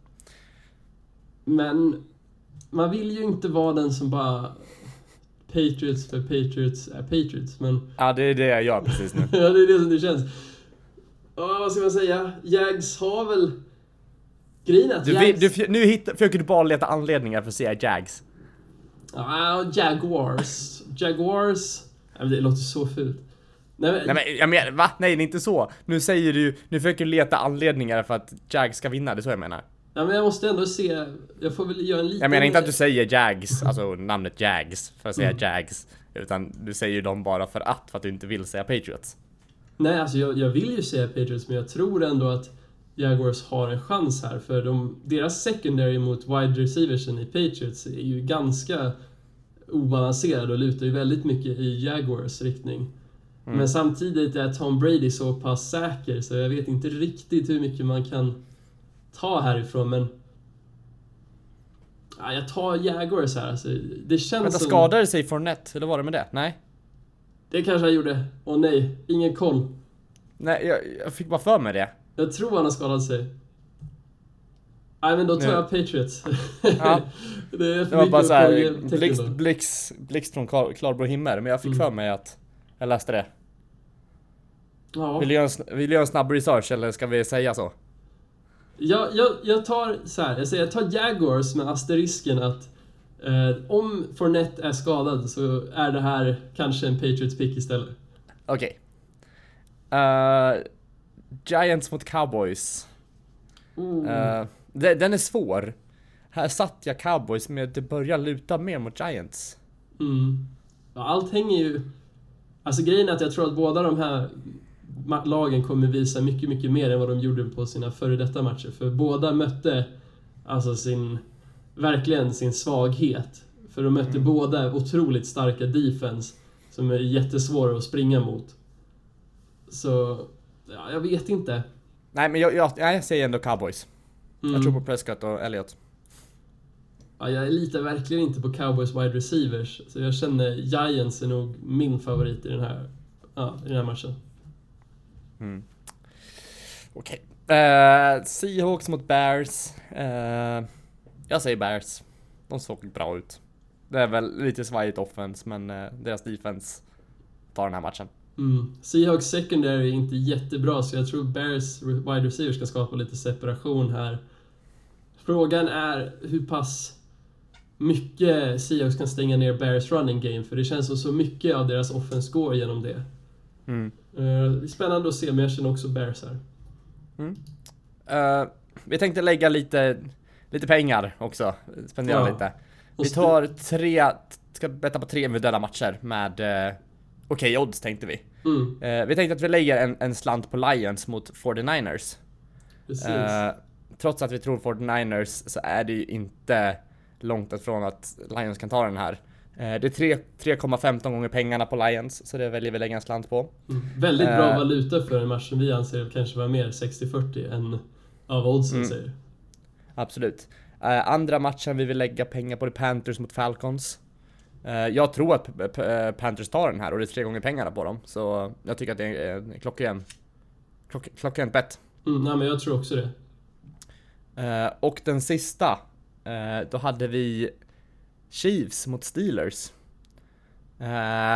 Men man vill ju inte vara den som bara Patriots för Patriots är Patriots, men... Ja, det är det jag gör precis nu. Ja, det är det som det känns. Ja, vad ska man säga? Jags har väl... Grejen att du, Jags... du, nu hittar, försöker du bara leta anledningar för att säga Jags. Ja, Jaguars. Jaguars... Ja, det låter så fult. Nej men, Nej, men jag menar, va? Nej, det är inte så. Nu säger du, nu försöker du leta anledningar för att Jags ska vinna, det är så jag menar. Ja, men jag måste ändå se, jag får väl göra en liten... Jag menar inte att du säger Jags, alltså namnet Jags, för att säga mm. Jags. Utan du säger dem bara för att, för att du inte vill säga Patriots. Nej, alltså jag, jag vill ju säga Patriots, men jag tror ändå att Jaguars har en chans här. För de, deras secondary mot wide receiversen i Patriots är ju ganska obalanserad och lutar ju väldigt mycket i Jaguars riktning. Mm. Men samtidigt är Tom Brady så pass säker, så jag vet inte riktigt hur mycket man kan ta härifrån, men ja, jag tar Jaguars här. Alltså, det känns Vänta, som... skadade sig Fournette, eller var det med det? Nej. Det kanske han gjorde. Åh nej, ingen koll. Nej, jag, jag fick bara för mig det. Jag tror han har skadat sig. Nej, men då tar nu. jag Patriots. Ja. det, är det var bara så här blixt, blixt, blixt från klar, klarblå himmel, men jag fick mm. för mig att jag läste det. Ja. Vill du göra en, vill du göra en snabb research eller ska vi säga så? Jag, jag, jag tar så här, jag säger jag tar Jaguars med asterisken att eh, om Fournette är skadad så är det här kanske en Patriots pick istället. Okej. Okay. Uh, Giants mot Cowboys. Oh. Uh, det, den är svår. Här satt jag Cowboys men det börjar luta mer mot Giants. Mm. Ja, allt hänger ju... Alltså grejen är att jag tror att båda de här lagen kommer visa mycket, mycket mer än vad de gjorde på sina före detta matcher. För båda mötte alltså sin, verkligen sin svaghet. För de mötte mm. båda otroligt starka defense som är jättesvåra att springa mot. Så, ja, jag vet inte. Nej, men jag, jag, jag säger ändå Cowboys. Mm. Jag tror på Prescott och Elliott. Ja, jag litar verkligen inte på Cowboys wide receivers. Så jag känner Giants är nog min favorit i den här, ja, i den här matchen. Mm. Okej. Okay. Uh, Seahawks mot Bears. Uh, jag säger Bears. De såg bra ut. Det är väl lite svajigt offense, men uh, deras defense tar den här matchen. Mm. Seahawks secondary är inte jättebra, så jag tror Bears wide receivers ska skapa lite separation här. Frågan är hur pass mycket Seahawks kan stänga ner Bears running game, för det känns som så mycket av deras offense går genom det. Mm. Uh, det är spännande att se, men jag känner också Bears här. Mm. Uh, vi tänkte lägga lite, lite pengar också, spendera ja. lite. Vi tar tre, ska betta på tre individuella matcher med uh, okej okay, odds tänkte vi. Mm. Uh, vi tänkte att vi lägger en, en slant på Lions mot fyrtionioers. Precis. Uh, trots att vi tror fyrtionioers så är det ju inte långt ifrån att Lions kan ta den här. Uh, det är tre komma femton gånger pengarna på Lions, så det väljer vi lägga en slant på. Mm. Väldigt bra uh, valuta för en match som vi anser kanske var mer sextio fyrtio än av oddsen mm. säger. Absolut. Uh, andra matchen vi vill lägga pengar på är Panthers mot Falcons. Uh, jag tror att P- P- Panthers tar den här och det är tre gånger pengarna på dem. Så jag tycker att det är en klockren, klock, klockren bett. Mm, nej, men jag tror också det. Uh, och den sista, uh, då hade vi Chiefs mot Steelers. Uh,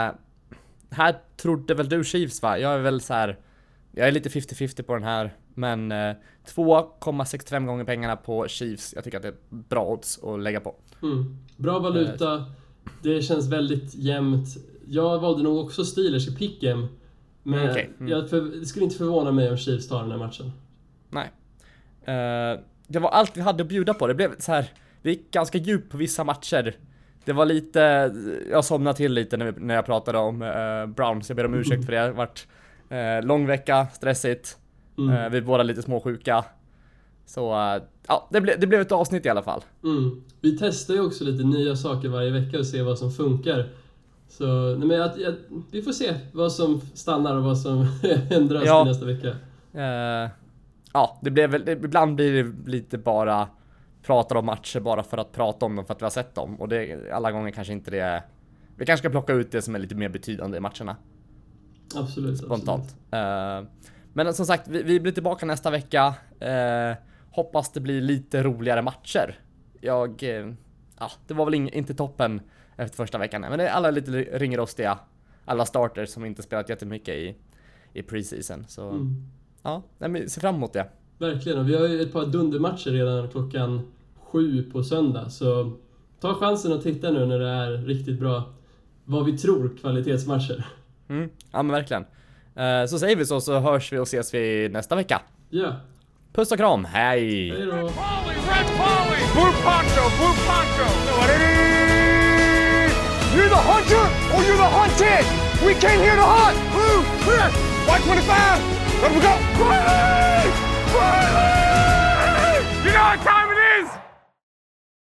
här trodde väl du Chiefs, va? Jag är väl så här, jag är lite fifty fifty på den här. Men uh, två komma sextiofem gånger pengarna på Chiefs. Jag tycker att det är bra odds att lägga på. Mm. Bra valuta. Uh, Det känns väldigt jämnt. Jag valde nog också Steelers i picken. Men okay. mm. jag för, det skulle inte förvåna mig om Chiefs tar den här matchen. Nej. Uh, det var allt vi hade att bjuda på. Det blev så här, det gick ganska djupt på vissa matcher. Det var lite, jag somnade till lite när, vi, när jag pratade om uh, Browns. Jag ber om ursäkt för det. Det har varit uh, lång vecka, stressigt. Mm. Uh, vi är båda lite småsjuka. Så uh, ja, det, ble, det blev ett avsnitt i alla fall. Mm. Vi testar ju också lite nya saker varje vecka och ser vad som funkar. Så nej, men jag, jag, vi får se vad som stannar och vad som ändras ja. nästa vecka. Uh, ja, det blev väl, det, ibland blir det lite bara prata om matcher bara för att prata om dem för att vi har sett dem. Och det, alla gånger kanske inte det är... Vi kanske ska plocka ut det som är lite mer betydande i matcherna. Absolut. Spontant. Absolut. Uh, men som sagt, vi, vi blir tillbaka nästa vecka. Uh, hoppas det blir lite roligare matcher. Jag... Uh, ja, det var väl in, inte toppen efter första veckan. Men det är alla lite ringrostiga. Alla starters som inte spelat jättemycket i, i preseason. Så mm. ja, men se fram emot det. Verkligen, och vi har ju ett par dundermatcher redan klockan sju på söndag. Så ta chansen att titta nu när det är riktigt bra, vad vi tror, kvalitetsmatcher. Mm, ja men verkligen. Uh, så säger vi så, så hörs vi och ses vi nästa vecka. Ja. Yeah. Puss och kram, hej! Hej då! Red Polly, Red Polly! Blue poncho, blue poncho! You're the hunter or you're the hunted! We came here to hunt! Blue, clear! white twenty-five! Let we go! Riley! Riley! You know what time